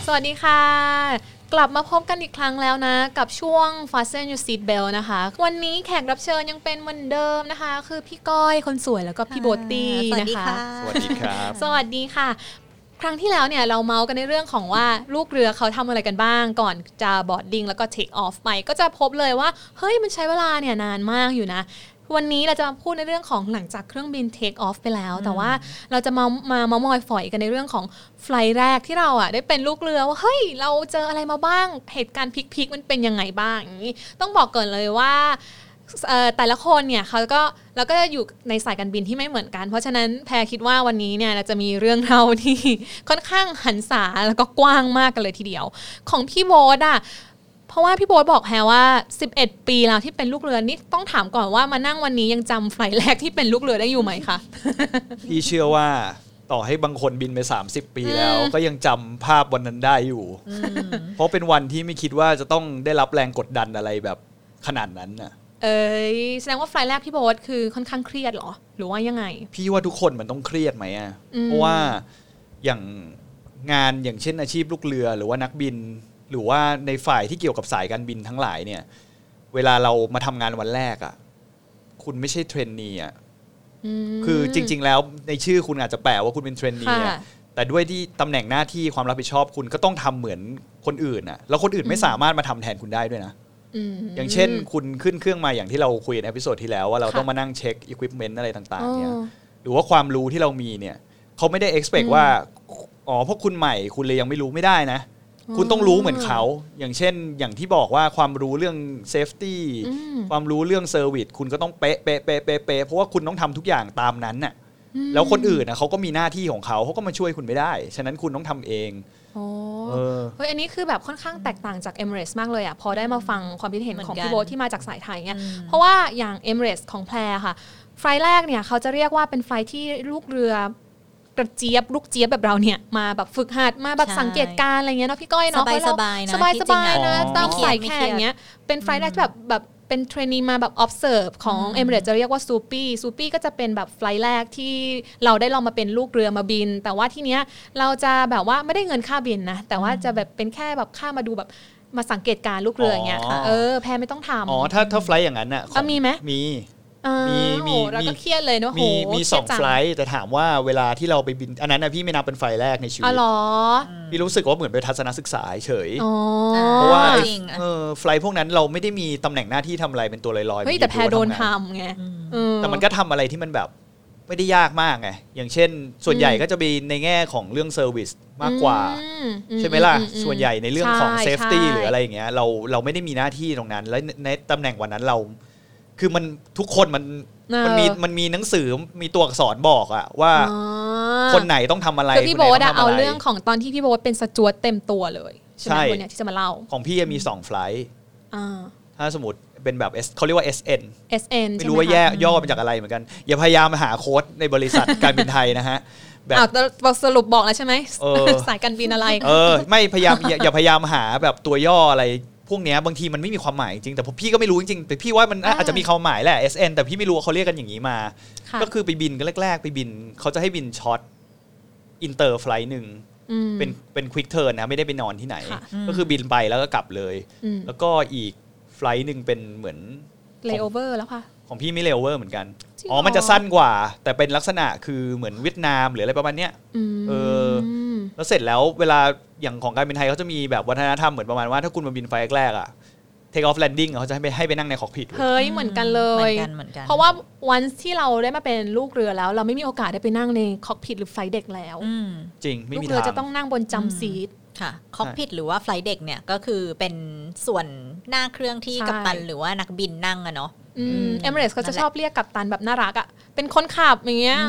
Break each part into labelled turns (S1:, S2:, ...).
S1: สวัสดีค่ะกลับมาพบกันอีกครั้งแล้วนะกับช่วง Fasten Your Seat Belt นะคะวันนี้แขกรับเชิญยังเป็นเหมือนเดิมนะคะคือพี่ก้อยคนสวยแล้วก็พี่โบตี้นะคะ
S2: สวัสดีครับ
S1: สวัสดีค่ะครั้งที่แล้วเนี่ยเราเมาส์กันในเรื่องของว่าลูกเรือเขาทำอะไรกันบ้างก่อนจะบอร์ดดิ้งแล้วก็ take off ไปก็จะพบเลยว่าเฮ้ยมันใช้เวลาเนี่ยนานมากอยู่นะวันนี้เราจะมาพูดในเรื่องของหลังจากเครื่องบิน take off ไปแล้วแต่ว่าเราจะมามอยฝอยกันในเรื่องของไฟล์แรกที่เราได้เป็นลูกเรือว่าเฮ้ยเราเจออะไรมาบ้างเหตุการณ์พลิกๆมันเป็นยังไงบ้างอย่างนี้ต้องบอกก่อนเลยว่าแต่ละคนเนี่ยเขาก็แล้วก็อยู่ในสายการบินที่ไม่เหมือนกันเพราะฉะนั้นแพรคิดว่าวันนี้เนี่ยเราจะมีเรื่องเล่าที่ค่อนข้างหันษาแล้วก็กว้างมากกันเลยทีเดียวของพี่โบ๊ทเพราะว่าพี่โบ๊ทบอกแพรว่า11ปีแล้วที่เป็นลูกเรือนี่ต้องถามก่อนว่ามานั่งวันนี้ยังจำไฟล์แรกที่เป็นลูกเรือได้อยู่ไหมคะ
S2: พี่เชื่อว่าต่อให้บางคนบินไป30 ปีแล้วก็ยังจำภาพวันนั้นได้อยู่เพราะเป็นวันที่ไม่คิดว่าจะต้องได้รับแรงกดดันอะไรแบบขนาดนั้นน่ะ
S1: แสดงว่าไฟล์แรกพี่โบ๊ทคือค่อนข้างเครียดเหรอหรือว่ายังไง
S2: พี่ว่าทุกคนมันต้องเครียดไหมอ่ะเพราะว่าอย่างงานอย่างเช่นอาชีพลูกเรือหรือว่านักบินหรือว่าในฝ่ายที่เกี่ยวกับสายการบินทั้งหลายเนี่ยเวลาเรามาทำงานวันแรกอ่ะคุณไม่ใช่เทรนนีอ่ะคือจริงๆแล้วในชื่อคุณอาจจะแปลว่าคุณเป็นเทรนนีแต่ด้วยที่ตำแหน่งหน้าที่ความรับผิดชอบคุณก็ต้องทำเหมือนคนอื่นอ่ะแล้วคนอื่นไม่สามารถมาทำแทนคุณได้ด้วยนะอย่างเช่นคุณขึ้นเครื่องมาอย่างที่เราคุยในเอพิโซดที่แล้วว่าเราต้องมานั่งเช็คอุปกรณ์อะไรต่างๆเนี่ยหรือว่าความรู้ที่เรามีเนี่ยเขาไม่ได้ expect ว่าอ๋อพวกคุณใหม่คุณเลยยังไม่รู้ไม่ได้นะคุณต้องรู้เหมือนเขาอย่างเช่นอย่างที่บอกว่าความรู้เรื่อง safety ความรู้เรื่อง service คุณก็ต้องเป๊ะเพราะว่าคุณต้องทำทุกอย่างตามนั้นน่ะแล้วคนอื่นนะเขาก็มีหน้าที่ของเขาก็มาช่วยคุณไม่ได้ฉะนั้นคุณต้องทำเอง
S1: เฮ้ยอันนี้คือแบบค่อนข้างแตกต่างจาก Emirates มากเลยอ่ะพอได้มาฟังความคิดเห็นของพี่โบ๊ทที่มาจากสายไทยเนี่ยเพราะว่าอย่าง Emirates ของแพรค่ะไฟล์แรกเนี่ยเขาจะเรียกว่าเป็นไฟล์ที่ลูกเรือกระเจี๊ยบลูกเจี๊ยบแบบเราเนี่ยมาแบบฝึกหัดมาแบบสังเกตการอะไรเงี้ยเนาะพี่ก้อยเนาะ
S3: สบายๆนะ
S1: สบายๆนะตามสายแขกเงี้ยเป็นไฟล์แรกที่แบบเป็นเทรนนีมาแบบ observe ของ Emirates จะเรียกว่าซูปี้ก็จะเป็นแบบไฟล์แรกที่เราได้ลองมาเป็นลูกเรือมาบินแต่ว่าที่เนี้ยเราจะแบบว่าไม่ได้เงินค่าบินนะแต่ว่าจะแบบเป็นแค่แบบค่ามาดูแบบมาสังเกตการลูกเรืออย่างเงี้ยค่ะแพรไม่ต้องทำ
S2: ถ้าไฟล์อย่างนั้นน่ะ
S1: มีไหม
S2: มี
S1: เราก็เครียดเลยเนาะ
S2: มี2ไฟล์แต่ถามว่าเวลาที่เราไปบินอันนั้นนะพี่ไม่นับเป็นไฟล์แรกในชีวิตพี่รู้สึกว่าเหมือนไปทัศนศึกษาเฉยเพราะว่าไฟล์พวกนั้นเราไม่ได้มีตำแหน่งหน้าที่ทำอะไรเป็นตัวลอย
S1: ๆแต่แพรโดนทำไง
S2: แต่มันก็ทำอะไรที่มันแบบไม่ได้ยากมากไงอย่างเช่นส่วนใหญ่ก็จะมีในแง่ของเรื่องเซอร์วิสมากกว่าใช่ไหมล่ะส่วนใหญ่ในเรื่องของเซฟตี้หรืออะไรอย่างเงี้ยเราไม่ได้มีหน้าที่ตรงนั้นแล้วในตำแหน่งวันนั้นเราคือมันทุกคนมันมีหนังสือมีตัวอักษรบอกอะว่าคนไหนต้องทำอะไร
S1: คือพี่โบ๊ทเอาเรื่องของตอนที่พี่โบ๊ทเป็นสจ๊วตเต็มตัวเลยใช่ไหมคนเนี้ยที่จะมาเล่า
S2: ของพี่มี2ไฟล์ถ้าสมมติเป็นแบบเขาเรียกว่า SN ไม่รู้ว่าย่อมาจากอะไรเหมือนกันอย่าพยายามหาโค้ดในบริษัทการบินไทยนะฮะ
S1: แบบสรุปบอกแล้วใช่ไหมสายการบินอะไร
S2: ไม่พยายามอย่าพยายามหาแบบตัวย่ออะไรพวกนี้บางทีมันไม่มีความหมายจริงแต่พี่ก็ไม่รู้จริงแต่พี่ว่ามันอาจจะมีความหมายแหละ SN แต่พี่ไม่รู้ว่าเขาเรียกกันอย่างนี้มาก็คือไปบินกันแรกๆไปบินเขาจะให้บินช็อตอินเตอร์ไฟล์นึงเป็นควิกเทิร์นนะไม่ได้ไปนอนที่ไหนก็คือบินไปแล้วก็กลับเลยแล้วก็อีกไฟล์นึงเป็นเหมือน
S1: เลโอเวอร์แล้วค่ะ
S2: ของพี่ไม่เลโอเวอร์เหมือนกันมันจะสั้นกว่าแต่เป็นลักษณะคือเหมือนเวียดนามหรืออะไรประมาณเนี้ยแล้วเสร็จแล้วเวลาอย่างของการบินไทยเขาจะมีแบบวัฒนธรรมเหมือนประมาณว่าถ้าคุณมาบินไฟล์แรกอะtake off landing เขาจะให้ไปนั่งในคอกพิท
S1: เฮ้ยเหมือนกันเลยเพราะว่าวันที่เราได้มาเป็นลูกเรือแล้วเราไม่มีโอกาสได้ไปนั่งในคอกพิทหรือไฟล์เด็กแล้ว
S2: จริงไม่มีทาง
S1: ลูกเรือจะต้องนั่งบนจัมป์ซีท
S3: ค่ะคอกพิทหรือว่าไฟล์เด็กเนี่ยก็คือเป็นส่วนหน้าเครื่องที่กัปตันหรือว่านักบินนั่งอะเนาะ
S1: Emirates เขาจะชอบเรียกกัปตันแบบน่ารักอ่ะเป็นคนขับอย่างเงี้ย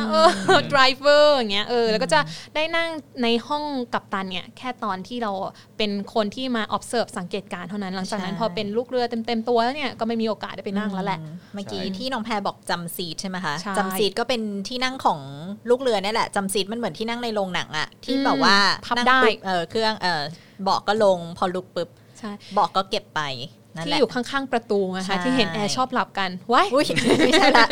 S1: driver อย่างเงี้ยแล้วก็จะได้นั่งในห้องกัปตันเนี่ยแค่ตอนที่เราเป็นคนที่มา observe สังเกตการณ์เท่านั้นหลังจากนั้นพอเป็นลูกเรือเต็มตัวแล้วเนี่ยก็ไม่มีโอกาสได้ไปนั่งแล้วแหละ
S3: เมื่อกี้ที่น้องแพรบอกจำซีทใช่ไหมคะจำซีทก็เป็นที่นั่งของลูกเรือนี่แหละจำซีทมันเหมือนที่นั่งในโรงหนังอะที่แบบว่า
S1: พับได้
S3: เครื่องเบาะก็ลงพอลุกปุ๊บเบาะก็เก็บไป
S1: ที่อยู่ข้างๆประตูนะคะที่เห็นแอร์ชอบหลับกันว้าย
S3: ไม่ใช่ละ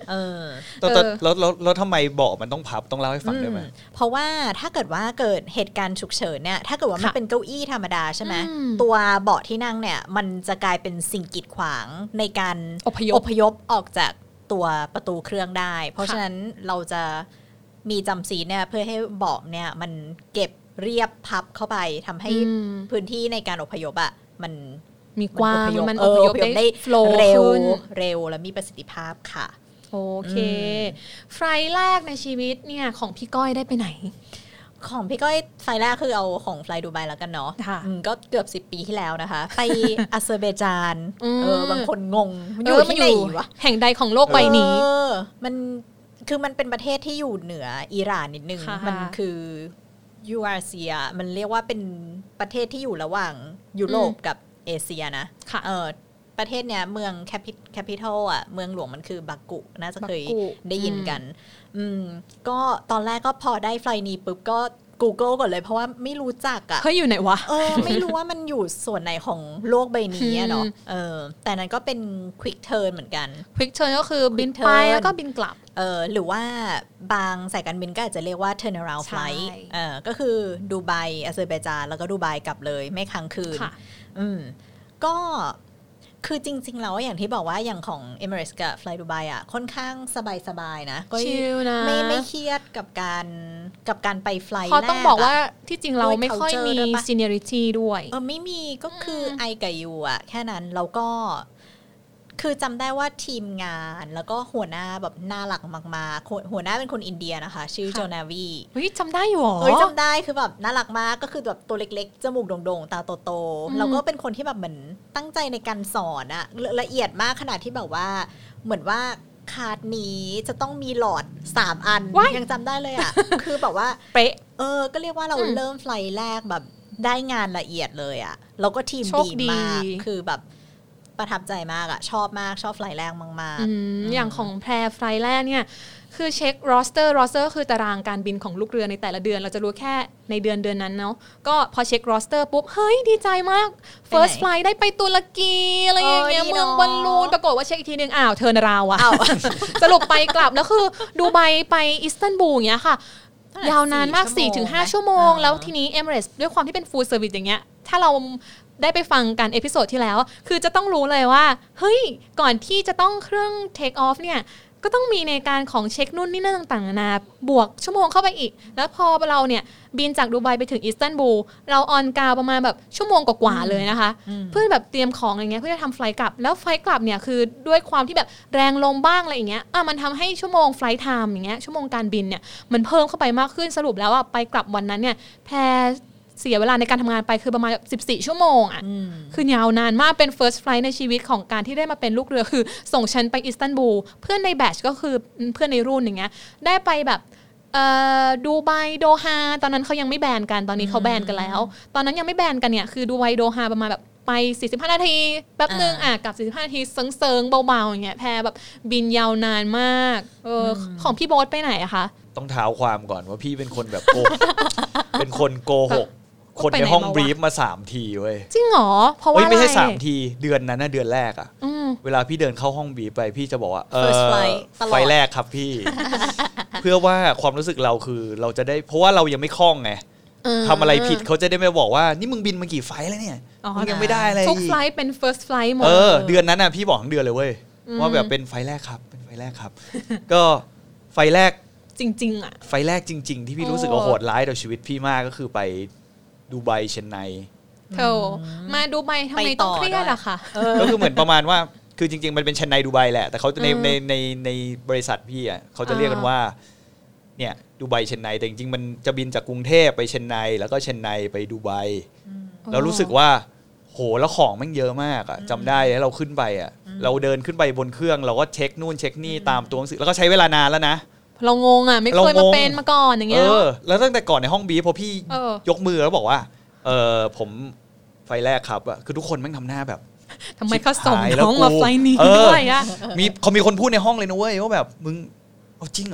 S2: แล้วทำไมเบาะมันต้องพับต้องเล่าให้ฟังได้ไหม
S3: เพราะว่าถ้าเกิดว่าเกิดเหตุการณ์ฉุกเฉินเนี่ยถ้าเกิดว่ามันเป็นเก้าอี้ธรรมดาใช่ไหมตัวเบาะที่นั่งเนี่ยมันจะกลายเป็นสิ่งกีดขวางในการอพยพออกจากตัวประตูเครื่องได้เพราะฉะนั้นเราจะมีจำซีเนี่ยเพื่อให้เบาะเนี่ยมันเก็บเรียบพับเข้าไปทำให้พื้นที่ในการอพยพอ่ะมัน
S1: มีกว้างมันอพยพได้
S3: เร็วและมีประสิทธิภาพค่ะ
S1: โอเคไฟล์แรกในชีวิตเนี่ยของพี่ก้อยได้ไปไหน
S3: ของพี่ก้อยไฟล์แรกคือเอาของไฟล์ดูไบแล้วกันเนาะก็เกือบ10 ปีที่แล้วนะคะไปอาเซอร์ไบจานบางคนงงมันอยู่ที่ไหนวะ
S1: แห่งใดของโลกใบนี้
S3: มันเป็นประเทศที่อยู่เหนืออิหร่านนิดนึงมันคือยูอาเซียมันเรียกว่าเป็นประเทศที่อยู่ระหว่างยุโรปกับเอเชียนะประเทศเนี้ยเมืองแคปิตอลอ่ะเมืองหลวงมันคือบากุน่าจะเคยได้ยินกันก็ตอนแรกก็พอได้ไฟล์นี้ปุ๊บก็ Google ก่อนเลยเพราะว่าไม่รู้จักอ่ะ
S1: เฮ้ยอยู่ไหนวะ
S3: ไม่รู้ว่ามันอยู่ส่วนไหนของโลกใบนี้เนาะแต่นั้นก็เป็น Quick Turn เหมือนกัน
S1: Quick Turn ก็คือบินไปแล้วก็บินกลับ
S3: หรือว่าบางสายการบินก็อาจจะเรียกว่า Turnaround Flight ก็คือดูไบอาเซอร์ไบจานแล้วก็ดูไบกลับเลยไม่ค้างคืนก็คือจริงๆแล้วอย่างที่บอกว่าอย่างของ Emirates กับ Fly Dubai อ่ะค่อนข้างสบายๆนะก็ไม่เครียดกับการไปไฟล์แรก
S1: เขาต้องบอกว่าที่จริงเราไม่ค่อยมี seniority ด้วย
S3: ไม่มีก็คือไอกับยูอ่ะแค่นั้นแล้วก็คือจำได้ว่าทีมงานแล้วก็หัวหน้าแบบน่ารักมากๆหัวหน้าเป็นคนอินเดียนะคะชื่อโจนาวี
S1: เฮ้ยจำได้อยู่หรอ
S3: จำได้คือแบบน่ารักมากก็คือแบบตัวเล็กๆจมูกโด่งๆตาโตๆแล้วก็เป็นคนที่แบบเหมือนตั้งใจในการสอนอะละเอียดมากขนาดที่แบบว่าเหมือนว่าคาร์ดนี้จะต้องมีหลอด3 อันยังจำได้เลยอะคือแบบว่า
S1: เป๊ะ
S3: ก็เรียกว่าเราเริ่มไฟล์แรกแบบได้งานละเอียดเลยอะแล้วก็ทีมดีมากคือแบบประทับใจมากอะชอบมากชอบไฟล์แรกมาก
S1: ๆอย่างของแพรไฟล์แรกเนี่ยคือเช็คโรสเตอร์คือตารางการบินของลูกเรือในแต่ละเดือนเราจะรู้แค่ในเดือนนั้นเนาะก็พอเช็คโรสเตอร์ปุ๊บเฮ้ยดีใจมาก first flight ได้ไปตุรกีอะไรอย่างเงี้ยเมืองบอลลูนปรากฏว่าเช็คอีกทีนึงเทิร์นราวอะสรุปไปกลับแล้วคือดูไบไปอิสตันบูลอย่างเงี้ยค่ะยาวนานมาก 4-5 ชั่วโมงแล้วทีนี้ Emirates ด้วยความที่เป็น full service อย่างเงี้ยถ้าเราได้ไปฟังกันเอพิโซดที่แล้วคือจะต้องรู้เลยว่าเฮ้ยก่อนที่จะต้องเครื่อง take off เนี่ยก็ต้องมีในการของเช็คนู่นนี่นั่นต่างๆนานาบวกชั่วโมงเข้าไปอีกแล้วพอเราเนี่ยบินจากดูไบไปถึงอิสตันบูลเราออนกราวประมาณแบบชั่วโมงกว่าๆเลยนะคะเพื่อแบบเตรียมของอย่างเงี้ยเพื่อจะทำไฟล์กลับแล้วไฟล์กลับเนี่ยคือด้วยความที่แบบแรงลมบ้างอะไรอย่างเงี้ยมันทำให้ชั่วโมงไฟล์ไทม์อย่างเงี้ยชั่วโมงการบินเนี่ยมันเพิ่มเข้าไปมากขึ้นสรุปแล้วไปกลับวันนั้นเนี่ยแพรเสียเวลาในการทำงานไปคือประมาณ14 ชั่วโมงคือยาวนานมากเป็น first flight ในชีวิตของการที่ได้มาเป็นลูกเรือคือส่งฉันไปอิสตันบูลเพื่อนในแบทช์ก็คือเพื่อนในรุ่นอย่างเงี้ยได้ไปแบบดูไบโดฮาตอนนั้นเขายังไม่แบนกันตอนนี้เขาแบนกันแล้วตอนนั้นยังไม่แบนกันเนี่ยคือดูไบโดฮาประมาณแบบไป45 นาทีแป๊บนึงกลับ45 นาทีเซิงๆเบาๆอย่างเงี้ยแพรแบบบินยาวนานมากของพี่โบ๊ทไปไหนอะคะ
S2: ต้องเท้าความก่อนว่าพี่เป็นคนแบบเป็นคนโกหกคนในห้องบรีฟมา3 ทีเว้ย
S1: จริงเหรอเพราะว่า
S2: ไม่ใช่3 ทีเดือนนั้นนะเดือนแรกอะเวลาพี่เดินเข้าห้องบรีฟไปพี่จะบอกว่าไฟแรกครับพี่ เพื่อว่าความรู้สึกเราคือเราจะได้เพราะว่าเรายังไม่คล่องไงทำอะไรผิดเขาจะได้ไม่บอกว่านี่มึงบินมากี่ไฟแล้วเนี่ยมึงยังไม่ได้อะไร
S1: ทุกไฟล์เป็น first flight หมด
S2: เดือนนั้นน่ะพี่บอกทั้งเดือนเลยเว้ยว่าแบบเป็นไฟแรกครับเป็นไฟแรกครับก็ไฟแรก
S1: จริงๆ
S2: ไฟแรกจริงๆที่พี่รู้สึกว่าโหดร้ายต่อชีวิตพี่มากก็คือไปดูไบเชนไน
S1: มาดูไบทำไมต้องเครียดอะค่ะ
S2: ก็คือเหมือนประมาณว่าคือจริงๆมันเป็นเชนไนดูไบแหละแต่เขาในบริษัทพี่อะเขาจะเรียกกันว่าเนี่ยดูไบเชนไนแต่จริงๆมันจะบินจากกรุงเทพไปเชนไนแล้วก็เชนไนไปดูไบแล้วรู้สึกว่าโหแล้วของมันเยอะมากอะจำได้แล้วเราขึ้นไปอะเราเดินขึ้นไปบนเครื่องเราก็เช็คนู่นเช็คนี่ตามตัวหนังสือแล้วก็ใช้เวลานานแล้วนะ
S1: เรางงไม่เคยมาเป็นมาก่อนอย่างเงี้ย
S2: แล้วตั้งแต่ก่อนในห้องบีพอพี่ยกมือแล้วบอกว่าผมไฟแรกครับคือทุกคนแม่งทำหน้าแบบ
S1: ทำไมเขาส่งน้องมาไฟนี้ด้วย
S2: เขามีคนพูดในห้องเลยนะเว้ยว่าแบบมึงเอาจริงเหรอ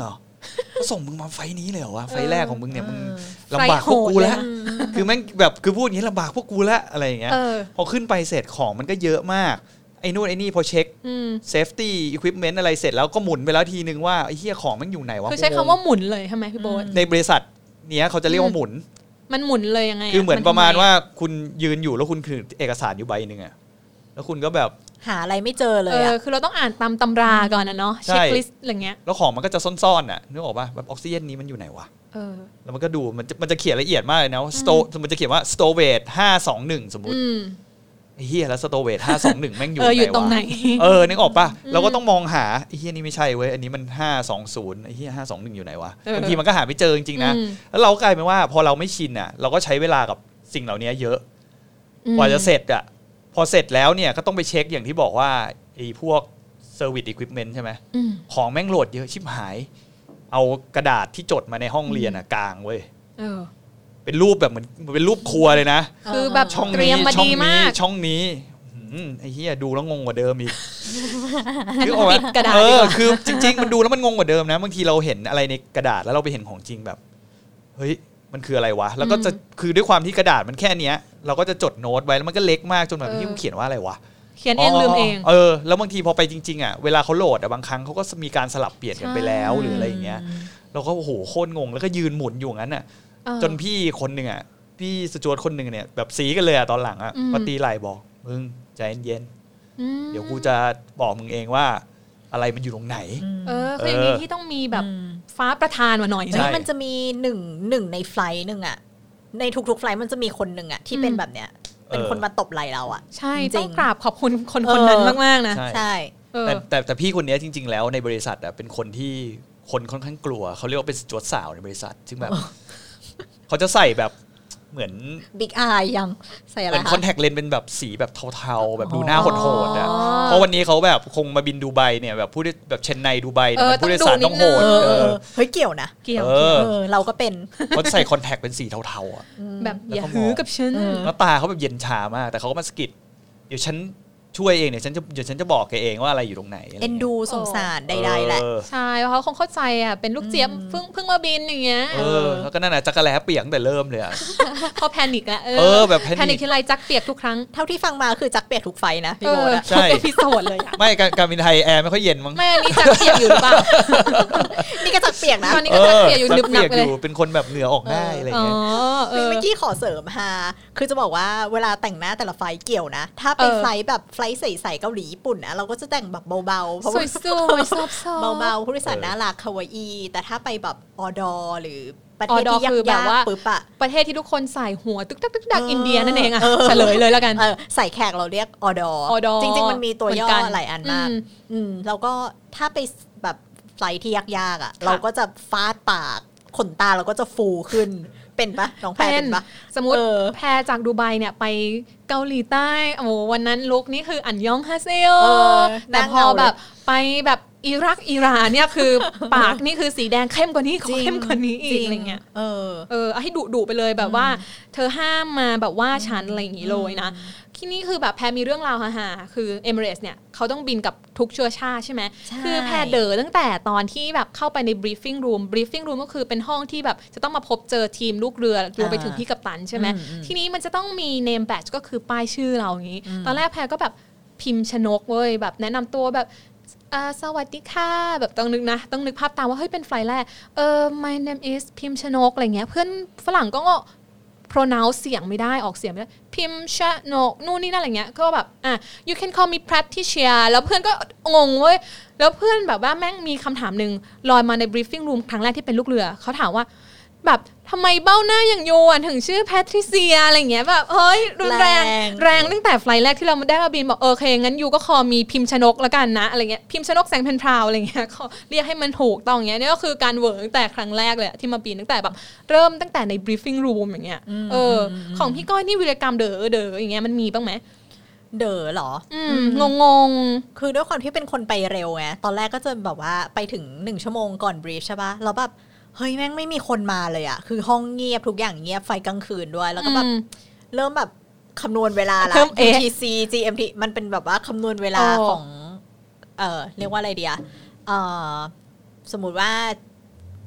S2: ก็ส่งมึงมาไฟนี้เลยเหรอวะไฟแรกของมึงเนี่ยมึงลำบากพวกกูแล้วคือแม่งแบบคือพูดอย่างนี้ลำบากพวกกูแล้วอะไรอย่างเงี้ยพอขึ้นไปเสร็จของมันก็เยอะมากไอ้นู่นไอ้นี่พอเช็ค safety equipment อะไรเสร็จแล้วก็หมุนไปแล้วทีนึงว่าไอ้เหี้ยของมันอยู่ไหนวะ
S1: คือใช้คำว่าหมุนเลยใช่ไหมพี่โบ๊ท
S2: ในบริษัทเนี้ยเขาจะเรียกว่าหมุน
S1: มันหมุนเลยยังไง
S2: คือเหมือนประมาณว่าคุณยืนอยู่แล้วคุณถือเอกสารอยู่ใบนึงอะแล้วคุณก็แบบ
S3: หาอะไรไม่เจอเลย
S1: คือเราต้องอ่านตามตำราก่อนนะเนาะเช็คลิสต์อะไรเงี้ย
S2: แล้วของมันก็จะซ่อนๆน่ะนึกออกป่ะแบบออกซิเจนนี้มันอยู่ไหนวะแล้วมันก็ดูมันจะเขียนละเอียดมากเลยนะสโตมันจะเขียนว่า storage 521สมมุติไอ้เหี้ยแล้ว storage 521แม่งอยู่ไหนวะ
S1: อยู่ตรงไหน
S2: นึกออกป่ะเราก็ต้องมองหาไอ้เหี้ยนี่ไม่ใช่เว้ยอันนี้มัน520ไอ้เหี้ย521อยู่ไหนวะบางทีมันก็หาไม่เจอจริงๆนะแล้วเรากลายเป็นว่าพอเราไม่ชินอ่ะเราก็ใช้เวลากับสิ่งเหล่านี้เยอะกว่าจะเสร็จอ่ะพอเสร็จแล้วเนี่ยก็ต้องไปเช็คอย่างที่บอกว่าไอ้พวก service equipment ใช่ไหมของแม่งโหลดเยอะชิบหายเอากระดาษที่จดมาในห้องเรียนกางเว้ยเป็นรูปแบบเหมือนเป็นรูปครัวเลยนะ
S1: คือแบบ
S2: ช่องนี้ช่องนี้ช่องนี้ไอ้เหี้ยดูแล้วงงกว่าเดิมอีก
S1: ปิดกระดาษ
S2: คือจริงๆมันดูแล้วมันงงกว่าเดิมนะบางทีเราเห็นอะไรในกระดาษแล้วเราไปเห็นของจริงแบบเฮ้ยมันคืออะไรวะแล้วก็จะคือด้วยความที่กระดาษมันแค่เนี้ยเราก็จะจดโน้ตไว้แล้วมันก็เล็กมากจนแบบที่กูเขียนว่าอะไรวะ
S1: เขียนเองลืมเอง
S2: แล้วบางทีพอไปจริงๆเวลาเขาโหลดบางครั้งเขาก็มีการสลับเปลี่ยนกันไปแล้วหรืออะไรอย่างเงี้ยเราก็โอ้โหโคตรงงแล้วก็ยืนหมุนอยู่งั้นจนพี่คนนึงพี่สจวตคนนึงเนี่ยแบบสีกันเลยตอนหลังมาตีไหล่บอกมึงใจเย็นๆเดี๋ยวกูจะบอกมึงเองว่าอะไรมันอยู่ตรงไหน
S1: คืออย่างนี้ที่ต้องมีแบบฟ้าประทานมาหน่อย
S3: นี่มันจะมีหนึ่งในไฟล์นึงในทุกๆไฟล์มันจะมีคนหนึ่งที่เป็นแบบเนี้ยเป็นคนมาตบไหล่เรา
S1: ใช่ต้องกราบขอบคุณคนนั้นมากๆนะ
S3: ใช่
S2: แต่พี่คนนี้จริงๆแล้วในบริษัทเป็นคนที่คนค่อนข้างกลัวเขาเรียกว่าเป็นจวดสาวในบริษัทซึ่งแบบเขาจะใส่แบบเหมือน
S3: บิ๊กอายยังใส่อะไร
S2: เหมือนคอนแทคเลนส์เป็นแบบสีแบบเทาๆแบบดูหน้าโหดๆเพราะวันนี้เขาแบบคงมาบินดูไบเนี่ยแบบผู้แบบเชนไนดูไบเนี่ยผู้โดยสารต้องโหด
S3: เฮ้ยเกี่ยวนะ
S1: เกี่ยว
S3: เราก็เป็น
S2: เขาใส่คอนแทคเป็นสีเทา
S1: ๆแบบอย่าหือกับฉัน
S2: แล้วตาเขาแบบเย็นชามากแต่เขาก็มาสกิดเดี๋ยวฉันช่วยเองเนี่ยเดี๋ยวฉันจะบอกแกเองว่าอะไรอยู่ตรงไหน
S3: เอ็นดูสงสารใดๆแหละ
S1: ใช่เพราะเขาคงเข้าใจเป็นลูกเจี๊ยบเพิ่งมาบินอย่างเงี้ย
S2: แล้วก็นั่นจักรแล้เปียกแต่เริ่มเลย
S1: พอแพนิคแล้ว
S2: แบบ
S1: แพนิคทีไรจักเปียกทุกครั้ง
S3: เท่าที่ฟังมาคือจักเปียกทุกไฟนะพี่โบนะ
S2: ใช่
S1: พิโซดเลย
S2: ไม่การบินไทยแอร์ไม่ค่อยเย็นมั้ง
S1: แม่นี่จักเปียกอยู่หรือเปล่า
S3: นี่ก็จักเปียกนะ
S1: ตอนนี้ก็จักเปียกอยู่นึบนับเลย
S2: เป็นคนแบบเหงื่อออกได้อะไรเงี้ย
S3: เมื่อกี้ขอเสริมคือจะบอกว่าเวลาแต่งหน้าแต่ละไฟเกี่ยวนะถ้าเป็นไฟแบบไฟใสๆเกาหลีญี่ปุ่นเราก็จะแต่งแบบเบาๆเพราะว่า
S1: สวยๆซอฟ
S3: ๆเบาๆผู้โดยสารน่ารักคาวาอีแต่ถ้าไปแบบออดอหรือประเทศที่ยากๆปึ๊บ
S1: ประเทศที่ทุกคนใส่หัวตึกตักตึกดักอินเดียนั่นเองเฉลยเลยแล้วกัน
S3: ใส่แขกเราเรียกออดอจริงๆมันมีตัวย่อหลายอันมากแล้วก็ถ้าไปแบบไฟที่ยากๆเราก็จะฟาดปากขนตาเราก็จะฟูขึ้นเป็นปะน้องแพรเป็นปะ
S1: สมมติแพรจากดูไบเนี่ยไปเกาหลีใต้โอ้วันนั้นลุคนี้คืออันยองฮาเซโอแต่พอแบบไปแบบอิรักอิหร่านเนี่ยคือปากนี่คือสีแดงเข้มกว่านี้เข้มกว่านี้อีกอะไรเงี้ยให้ดุไปเลยแบบว่าเธอห้ามมาแบบว่าฉันอะไรอย่างงี้เลยนะที่นี่คือแบบแพรมีเรื่องราวฮาๆคือเอมิเรตส์เนี่ยเขาต้องบินกับทุกเชื้อชาติใช่ไหมคือแพรเดอตั้งแต่ตอนที่แบบเข้าไปใน briefing room ก็คือเป็นห้องที่แบบจะต้องมาพบเจอทีมลูกเรือรวมไปถึงพี่กัปตันใช่ไหมทีนี้มันจะต้องมี name badge ก็คือป้ายชื่อเราอย่างนี้ตอนแรกแพรก็แบบพิมพ์ชนกเว้ยแบบแนะนำตัวแบบสวัสดีค่ะแบบต้องนึกภาพตามว่าเฮ้ยเป็นไฟล์แรกmy name is พิมพ์ชนกอะไรเงี้ยเพื่อนฝรั่งก็pronounce เสียงไม่ได้ออกเสียงไม่ได้พิมพ์ชนกนู่นนี่นั่นอะไรเงี้ยก็แบบyou can call me Patricia แล้วเพื่อนก็งงเว้ยแล้วเพื่อนแบบว่าแม่งมีคำถามนึงลอยมาใน briefing room ครั้งแรกที่เป็นลูกเรือเขาถามว่าแบบทำไมเบ้าหน้าอย่างโยนถึงชื่อแพทริเซียอะไรเงี้ยแบบเฮ้ยรุนแรงตั้งแต่ไฟล์แรกที่เราได้มาบินบอกโอเคงั้นยูก็คอมีพิมพ์ชนกละกันนะอะไรเงี้ยพิมพ์ชนกแสงเพนพราวอะไรเงี้ยเขาเรียกให้มันถูกต้องเงี้ยนี่ก็คือการเวิร์กตั้งแต่ครั้งแรกเลยที่มาบินตั้งแต่แบบเริ่มตั้งแต่ใน briefing room อย่างเงี้ยของพี่ก้อยนี่วีรกรรมเด๋ออย่างเงี้ยมันมีบ้างไหม
S3: เด๋อหร
S1: งง
S3: คือด้วยความที่เป็นคนไปเร็วไงตอนแรกก็จะแบบว่าไปถึง1ชั่วโมงก่อนบรีฟใช่ป่ะแล้วแบบเฮ้ยแม่งไม่มีคนมาเลยอ่ะคือห้องเงียบทุกอย่างเงียบไฟกลางคืนด้วยแล้วก็แบบเริ่มแบบคำนวณเวลาละ UTC GMT มันเป็นแบบว่าคำนวณเวลาของเรียกว่าอะไรดีอ่ะสมมุติว่า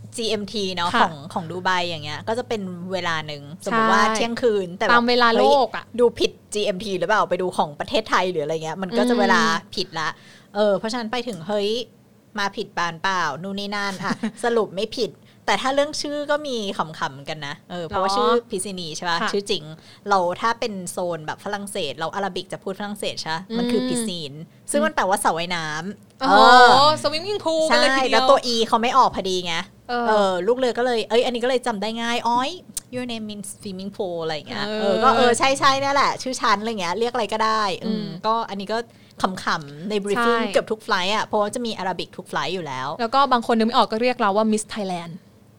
S3: GMT เนาะของดูไบอย่างเงี้ยก็จะเป็นเวลาหนึ่งสมมติว่าเที่ยงคืนแต่
S1: ตามเวลาโลกอ่ะ
S3: ดูผิด GMT หรือเปล่าไปดูของประเทศไทยหรืออะไรเงี้ยมันก็จะเวลาผิดละเพราะฉะนั้นไปถึงเฮ้ยมาผิดบานเปล่านู่นนี่นั่นอ่ะสรุปไม่ผิดแต่ถ้าเรื่องชื่อก็มีขำๆกันนะเพราะว่าชื่อพิซินีใช่ป่ะชื่อจริงเราถ้าเป็นโซนแบบฝรั่งเศสเราอาราบิกจะพูดฝรั่งเศสใช่มันคือพิซีนซึ่งมันแปลว่าสระว่ายน้ำ
S1: สวิมมิ่งพูล
S3: ใช่แล้วตัว E เขาไม่ออกพอดีไงลูกเรือก็เลยอันนี้ก็เลยจำได้ง่ายyour name means swimming pool อะไรอย่างเงี้ยก็ใช่ๆนี่แหละชื่อชั้นอะไรเงี้ยเรียกอะไรก็ได้ก็อันนี้ก็ขำๆในบรีฟฟิ้งเกือบทุกไฟล์อ่ะเพราะว่าจะมีอาราบิกทุกไฟล์อยู่แล้ว
S1: แล้วก็บางคนนึกไม่ออกก็เรียกเราว่า Miss Thailand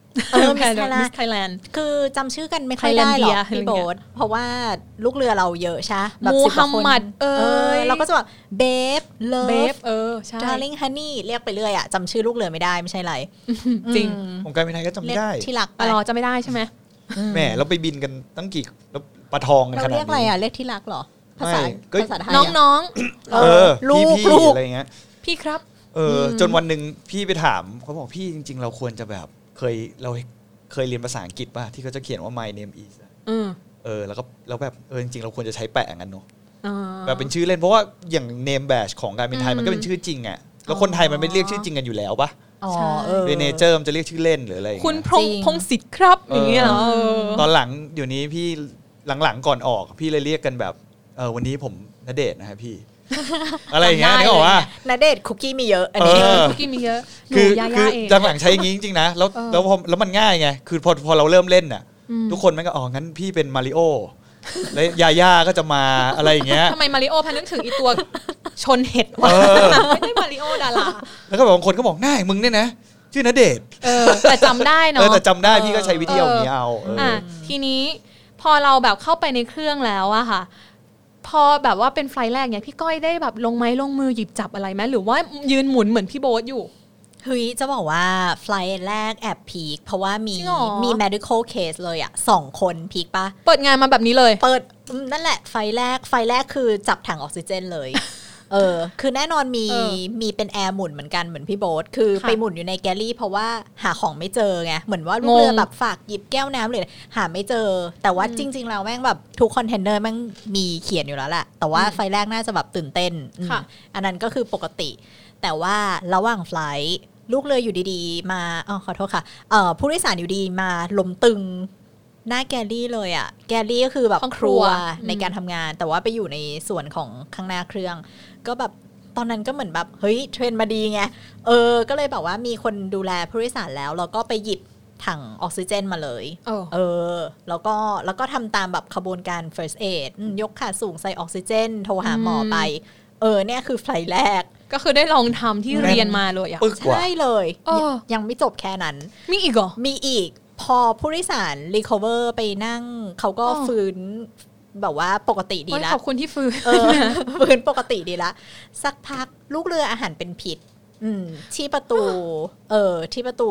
S3: Miss Thailand คือจำชื่อกันไม่ค่อยได้หรอกพี่โบ๊ทเพราะว่าลูกเรือเราเยอะใช่แบบ10 กว่าคนเราก็จะแบบ Babe Love Darling Honey เรียกไปเรื่อยอ่ะจำชื่อลูกเรือไม่ได้ไม่ใช่ไร
S2: จริงของการบินไทยก็จำไม่ได้
S3: ที่รัก
S1: ไปจะไม่ได้ใช่ไหม
S2: แหมเราไปบินกันตั้งกี่แล้วปลาทองกันขนาดนี้
S3: เราเรียกอะไรอ่ะเรียกที่รักหรอภาษาไทย
S1: น้อง
S2: ๆลูกอะไรเงี้ย
S1: พี่ครับ
S2: จนวันหนึ่งพี่ไปถามเขาบอกพี่จริงๆเราควรจะแบบเราเคยเรียนภาษาอังกฤษป่ะที่เขาจะเขียนว่า my name is แล้วแบบจริงๆเราควรจะใช้แปะงั้นเนาะแบบเป็นชื่อเล่นเพราะว่าอย่าง name badge ของการบินไทยมันก็เป็นชื่อจริงอ่ะแล้วคนไทยมันไม่เรียกชื่อจริงกันอยู่แล้วป่ะเรเนเจอร์มันจะเรียกชื่อเล่นหรืออะไร
S1: คุณพงศิษฐ์ครับอย่างเงี้ยเหรอ
S2: ตอนหลังเดี๋ยวนี้พี่หลังๆก่อนออกพี่เลยเรียกกันแบบวันนี้ผมณเดชน์นะครับพี่อะไรอย่างเงี้ยนี่บอกว่า
S3: ณเดชน์คุกกี้มีเยอะอันนี้
S1: คุกกี้มีเยอะ
S2: คือหลังใช้อย่างงี้จริงๆนะแล้วมันง่ายไงคือพอเราเริ่มเล่นน่ะทุกคนมันก็งั้นพี่เป็นมาริโอแล้วยาย่าก็จะมาอะไรอย่างเงี้ย
S1: ทำไมมาริโอพันนึกถึงอีตัวชนเห็ดวะไม่ได้มาริโอดารา
S2: แล้วก็บางคนก็บอกน่ามึงเนี่ยนะชื่อณเดชน์
S1: แต่จำได้เนาะ
S2: แต่จำได้พี่ก็ใช้วิธีอย่างนี้เอา
S1: ทีนี้พอเราแบบเข้าไปในเครื่องแล้วอะค่ะพอแบบว่าเป็นไฟล์แรกเนี่ยพี่ก้อยได้แบบลงไม้ลงมือหยิบจับอะไรไหมหรือว่ายืนหมุนเหมือนพี่โบ๊ทอยู่
S3: เฮ้ยจะบอกว่าไฟล์แรกแอบพีคเพราะว่ามี medical case เลยอะ2 คนพีคปะ
S1: เปิดงานมาแบบนี้เลย
S3: เปิดนั่นแหละไฟล์แรกคือจับถังออกซิเจนเลยคือแน่นอนมีเป็นแอร์หมุนเหมือนกันเหมือนพี่โบ๊ทคือไปหมุนอยู่ในแกลลี่เพราะว่าหาของไม่เจอไงเหมือนว่าลูกเรือแบบฝากหยิบแก้วน้ำเลยหาไม่เจอแต่ว่าจริงๆแล้วแม่งแบบทุกคอนเทนเนอร์แม่งมีเขียนอยู่แล้วแหละแต่ว่าไฟล์แรกน่าจะแบบตื่นเต้นอันนั้นก็คือปกติแต่ว่าระหว่างไฟล์ลูกเรืออยู่ดีๆมาขอโทษค่ะผู้โดยสารอยู่ดีมาล้มตึงหน้าแกลลี่เลยอ่ะแกลลี่ก็คือแบบครัวในการทำงานแต่ว่าไปอยู่ในส่วนของข้างหน้าเครื่องก็แบบตอนนั้นก็เหมือนแบบเฮ้ยเทรนมาดีไงก็เลยแบบว่ามีคนดูแลผู้โดยสารแล้วก็ไปหยิบถังออกซิเจนมาเลยแล้วก็ทำตามแบบขบวนการ first aid ยกขาสูงใส่ออกซิเจนโทรหาหมอไปเนี่ยคือไฟล์แรก
S1: ก็คือได้ลองทำที่เรียนมาเลย
S3: ใช่เลยยังไม่จบแค่นั้น
S1: มีอีกเหรอ
S3: มีอีกพอผู้โดยสาร recover ไปนั่งเขาก็ฟื้นแบบว่าปกติดีละ
S1: ขอบคุณที่ฟื้น
S3: ฟื้นปกติดีละสักพักลูกเรืออาหารเป็นพิษที่ประตูที่ประตู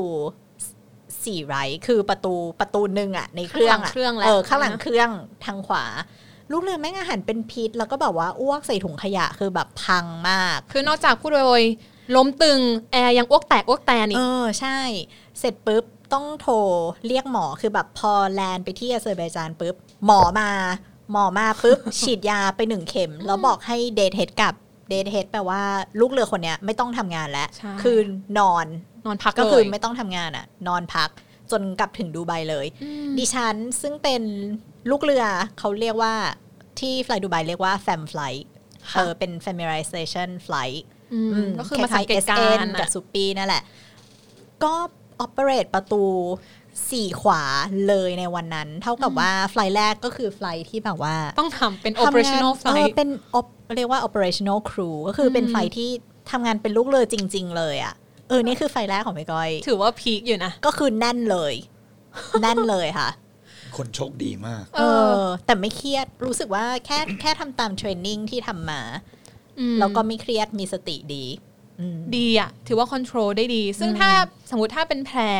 S3: 4ไรคือประตูนึงอ่ะในเครื่องข้างหลังเครื่องทางขวาลูกเรือแม่งอาหารเป็นพิษแล้วก็แบบว่าอ้วกใส่ถุงขยะคือแบบพังมาก
S1: คือนอกจากผู้โดยล้มตึงแอร์ยังอ้วกแตกอ้วกแตนอีก
S3: ใช่เสร็จปุ๊บต้องโทรเรียกหมอคือแบบพอแลนด์ไปที่อาเซอร์ไบจานปุ๊บหมอมาปุ๊บ ฉีดยาไป1 เข็มแล้วบอกให้เดทเฮดกับเดทเฮดแปลว่าลูกเรือคนนี้ไม่ต้องทำงานแล้วคือนอน
S1: พัก
S3: ก็คือไม่ต้องทำงานอ่ะนอนพักจนกลับถึงดูไบเลยดิฉันซึ่งเป็นลูกเรือเขาเรียกว่าที่ฟลายดูไบเรียกว่า fam flight เป็น familiarization flight
S1: ก็คือมาสังเกตการณ์
S3: กับซุปปี้นั่นแหละก็operate ประตู4 ขวาเลยในวันนั้นเท่ากับว่าไฟล์แรกก็คือไฟล์ที่แบบว่า
S1: ต้องทำเป็น operational flight
S3: เป็นเรียกว่า operational crew ก็คือเป็นไฟล์ที่ทำงานเป็นลูกเรือจริงๆเลยอ่ะนี่คือไฟล์แรกของพี่ก้อย
S1: ถือว่าพีคอยู่นะ
S3: ก็คือแน่นเลยแน่นเลยค่ะ
S2: คนโชคดีมาก
S3: แต่ไม่เครียดรู้สึกว่าแค่ทำตามเทรนนิ่งที่ทำมาแล้วก็ไม่เครียดมีสติดี
S1: อ่ะถือว่าคอนโทรลได้ดีซึ่งถ้าสมมติถ้าเป็นแพลงเนี้ย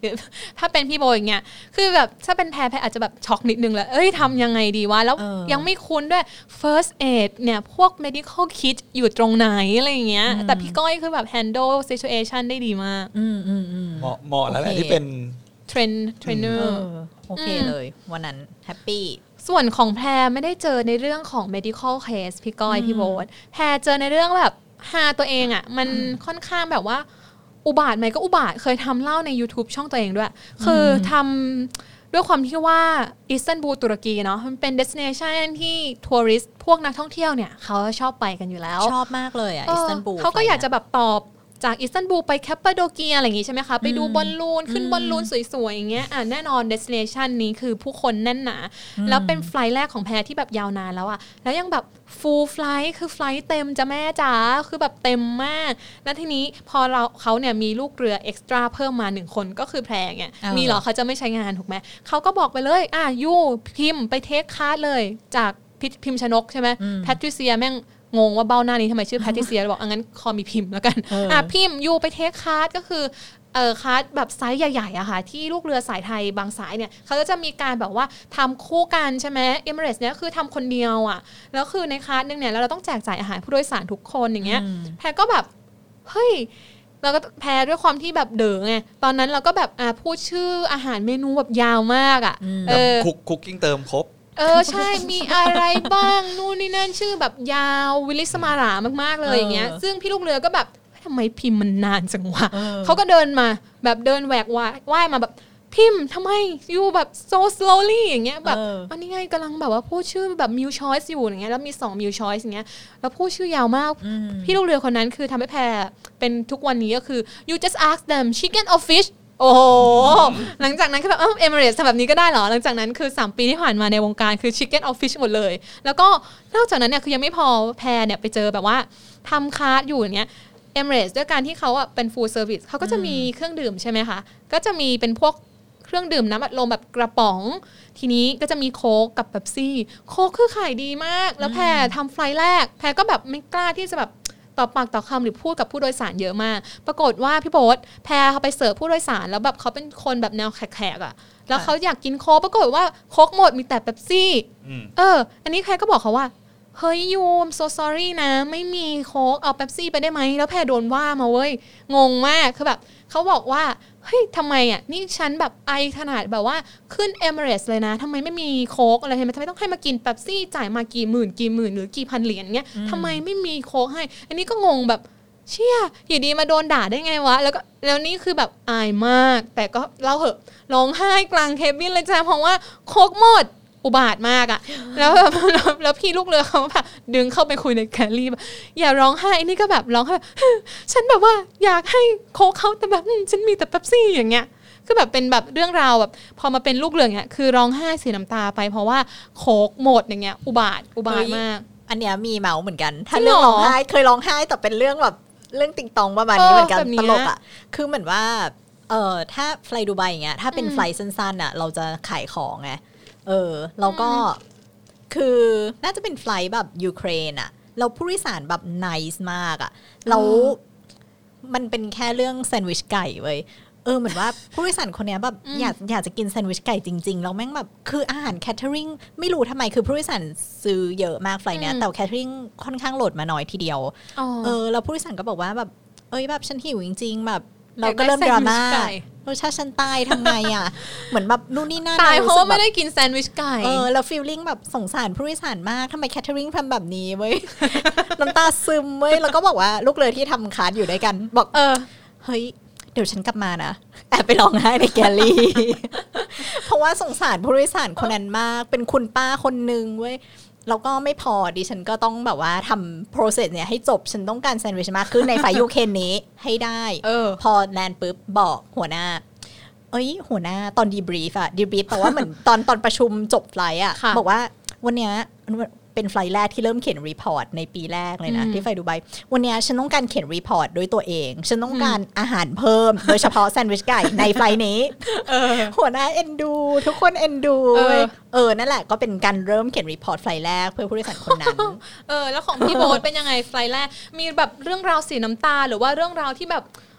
S1: ถ้าเป็นพี่โบอย่างเงี้ยคือแบบถ้าเป็นแพรอาจจะแบบช็อกนิดนึงแหละทำยังไงดีวะแล้วยังไม่คุ้นด้วย first aid เนี่ยพวก medical kit อยู่ตรงไหนอะไรอย่างเงี้ยแต่พี่ก้อยคือแบบ handle situation ได้ดีมาก
S2: เหมาะแล้วแหละที่เป็น
S1: เทรนเนอร์
S3: โอเคเลยวันนั้นแฮปปี้
S1: ส่วนของแพรไม่ได้เจอในเรื่องของ medical case พี่ก้อยพี่โบ๊ทแพรเจอในเรื่องแบบหาตัวเองอ่ะมันค่อนข้างแบบว่าอุบาทไหมก็อุบาทเคยทำเล่าใน YouTube ช่องตัวเองด้วยคือทำด้วยความที่ว่าอิสตันบูลตุรกีเนาะมันเป็น destination ที่ทัวริสต์พวกนักท่องเที่ยวเนี่ยเขาชอบไปกันอยู่แล้ว
S3: ชอบมากเลยอ่ะอิสตันบูล
S1: เขาก็อยากจะแบบตอบจากอิสตันบูลไปแคปปาโดเกียอะไรอย่างงี้ใช่ไหมคะไปดูบอลลูนขึ้นบอลลูนสวยๆอย่างเงี้ยแน่นอน destination นี้คือผู้คนแน่นหนาแล้วเป็นไฟล์แรกของแพรที่แบบยาวนานแล้วอะแล้วยังแบบ full flight คือไฟล์เต็มจ้ะแม่จ๋าคือแบบเต็มมากแล้วทีนี้พอเขาเนี่ยมีลูกเรือ extra เพิ่มมา1คนก็คือแพรเงี้ยมีเหรอเขาจะไม่ใช้งานถูกไหมเขาก็บอกไปเลยยูพิมพ์ไปเทคคลาสเลยจากพิมพ์ชนกใช่ไหมแพทริเซียแม่งงงว่าเบ้าหน้านี้ทำไมชื่อแพทริเซียบอกงั้นคอมีพิมพ์แล้วกันพิมพ์ยูไปเทคคลาสก็คือคลาสแบบไซส์ใหญ่ๆอะค่ะที่ลูกเรือสายไทยบางสายเนี่ยเขาก็จะมีการแบบว่าทำคู่กันใช่ไหมเอมิเรตส์เนี่ยคือทำคนเดียวอะแล้วคือในคลาสนึงเนี่ยเราต้องแจกจ่ายอาหารผู้โดยสารทุกคนอย่างเงี้ยแพรก็แบบเฮ้ยเราก็แพรด้วยความที่แบบเด๋อไงตอนนั้นเราก็แบบพูดชื่ออาหารเมนูแบบยาวมากอะ
S2: คุกกิ้งเติมครบ
S1: ใช่มีอะไรบ้างนู่นนี่นั่นชื่อแบบยาววิลิสมารามากๆเลยอย่างเงี้ยซึ่งพี่ลูกเรือก็แบบทำไมพิมพ์มันนานจังวะเขาก็เดินมาแบบเดินแหวกว่ายมาแบบพิมพ์ทำไมอยู่แบบ so slowly อย่างเงี้ยแบบอันนี้ไงกำลังแบบว่าพูดชื่อแบบ Meal Choice อยู่อย่างเงี้ยแล้วมี2 Meal Choice อย่างเงี้ยแล้วพูดชื่อยาวมากพี่ลูกเรือคนนั้นคือทำให้แพรเป็นทุกวันนี้ก็คือ you just ask them chicken or fishโอ้โหหลังจากนั้นคือแบบเอมิเรตส์ทำแบบนี้ก็ได้เหรอหลังจากนั้นคือ3ปีที่ผ่านมาในวงการคือ chicken or fish หมดเลยแล้วก็นอกจากนั้นเนี่ยคือยังไม่พอแพรเนี่ยไปเจอแบบว่าทำคลาสอยู่อย่างเงี้ยเอมิเรตส์ด้วยการที่เขาเป็น full service เขาก็จะมีเครื่องดื่มใช่ไหมคะก็จะมีเป็นพวกเครื่องดื่มน้ำอัดลมแบบกระป๋องทีนี้ก็จะมีโค้กกับเป๊ปซี่โค้กคือขายดีมากแล้วแพรทำไฟล์แรกแพรก็แบบไม่กล้าที่จะแบบต่อปากต่อคำหรือพูดกับผู้โดยสารเยอะมากปรากฏว่าพี่โบ๊ทแพรเขาไปเสิร์ฟผู้โดยสารแล้วแบบเขาเป็นคนแบบแนวแขกๆอ่ะแล้วเขาอยากกินโค้กปรากฏว่าโค้กหมดมีแต่เป๊ปซี่อันนี้แพรก็บอกเขาว่าเฮ้ยยู I'm so sorry นะไม่มีโค้กเอาเป๊ปซี่ไปได้ไหมแล้วแพรโดนว่ามาเว้ยงงมากคือแบบเขาบอกว่าเฮ้ยทำไมอ่ะนี่ฉันแบบไอขนาดแบบว่าขึ้นเอมิเรตส์เลยนะทำไมไม่มีโค้กอะไรทำไมต้องให้มากินเป๊ปซี่จ่ายมากี่หมื่นหรือกี่พันเหรียญเงี้ยทำไมไม่มีโค้กให้อันนี้ก็งงแบบเชี่ยอยู่ดีมาโดนด่าได้ไงวะแล้วนี่คือแบบอายมากแต่ก็เล่าเหอะร้องไห้กลางเคบินเลยจ้ะเพราะว่าโค้กหมดอุบาทมากอะแล้วพี่ลูกเรือเขาแบบดึงเข้าไปคุยในแกลลี่แบบอย่าร้องไห้นี่ก็แบบร้องไห้ฉันแบบว่าอยากให้โค้กเขาแต่แบบฉันมีแต่เป๊ปซี่อย่างเงี้ยคือแบบเป็นแบบเรื่องราวแบบพอมาเป็นลูกเรือเงี้ยคือร้องไห้เสียน้ำตาไปเพราะว่าโค้กหมดอย่างเงี้ยอุบาทมาก
S3: อันเนี้ยมีเมาเหมือนกันถ้าเรื่องร้องไห้เคยร้องไห้แต่เป็นเรื่องแบบเรื่องติงตองประมาณนี้เหมือนกันตลกอะคือเหมือนว่าถ้าไฟล์ดูไบอย่างเงี้ยถ้าเป็นไฟล์สั้นๆอะเราจะขายของไงแล้วก็คือน่าจะเป็นไฟล์แบบยูเครนอะเราผู้โดยสารแบบไนซ์มากอะแล้วมันเป็นแค่เรื่องแซนด์วิชไก่เว้ยเหมือนว่าผู้โดยสารคนนี้แบบอยากจะกินแซนด์วิชไก่จริงๆแล้วแม่งแบบคืออาหารแคทเทอริงไม่รู้ทำไมคือผู้โดยสารซื้อเยอะมากไฟล์เนี้ยแต่แคทเทอริงค่อนข้างโหลดมาน้อยทีเดียวแล้วผู้โดยสารก็บอกว่าแบบแบบฉันหิวจริงๆแบบเราก็เริ่มดราม่ารสชาติฉันตายทำไงอ่ะเหมือนแบบนู่นนี่นั่น
S1: ตายเพราะว่าไม่ได้กินแซนด์วิชไก่
S3: แล้วฟีลลิ่งแบบสงสารผู้โดยสารมากทำไมแคทเทอริงทำแบบนี้เว้ย น้ำตาซึมเว้ยแล้วก็บอกว่าลูกเรือที่ทำคลาสอยู่ด้วยกันบอกเฮ้ยเดี๋ยวฉันกลับมานะแอบไปร้องไห้ในแกลลี่ เพราะว่าสงสารผู้โดยสารคนนั้นมากเป็นคุณป้าคนนึงเว้ยแล้วก็ไม่พอดิฉันก็ต้องแบบว่าทำ process เนี่ยให้จบฉันต้องการแซนด์วิชมากขึ้นในฝ่ายยูเคนนี้ให้ได้พอแลนด์ปุ๊บบอกหัวหน้าหัวหน้าตอนดีบรีฟแต่ว่าเหมือนตอนประชุมจบไฟล์อะบอกว่าวันเนี้ยเป็นไฟล์แรกที่เริ่มเขียนรีพอร์ตในปีแรกเลยนะที่ไฟดูไบวันนี้ฉันต้องการเขียนรีพอร์ตด้วยตัวเองฉันต้องการอาหารเพิ่มโดยเฉพาะแซนด์วิชไก่ในไฟล์นี้หัวหน้าเอ็นดูทุกคนเอ็นดูนั่นแหละก็เป็นการเริ่มเขียนรีพอร์ตไฟล์แรกเพื่อผู้โดยสารคนนั้น
S1: แล้วของพี่โบ๊ทเป็นยังไงไฟล์แรกมีแบบเรื่องราวสีน้ำตาหรือว่าเรื่องราวที่แบบ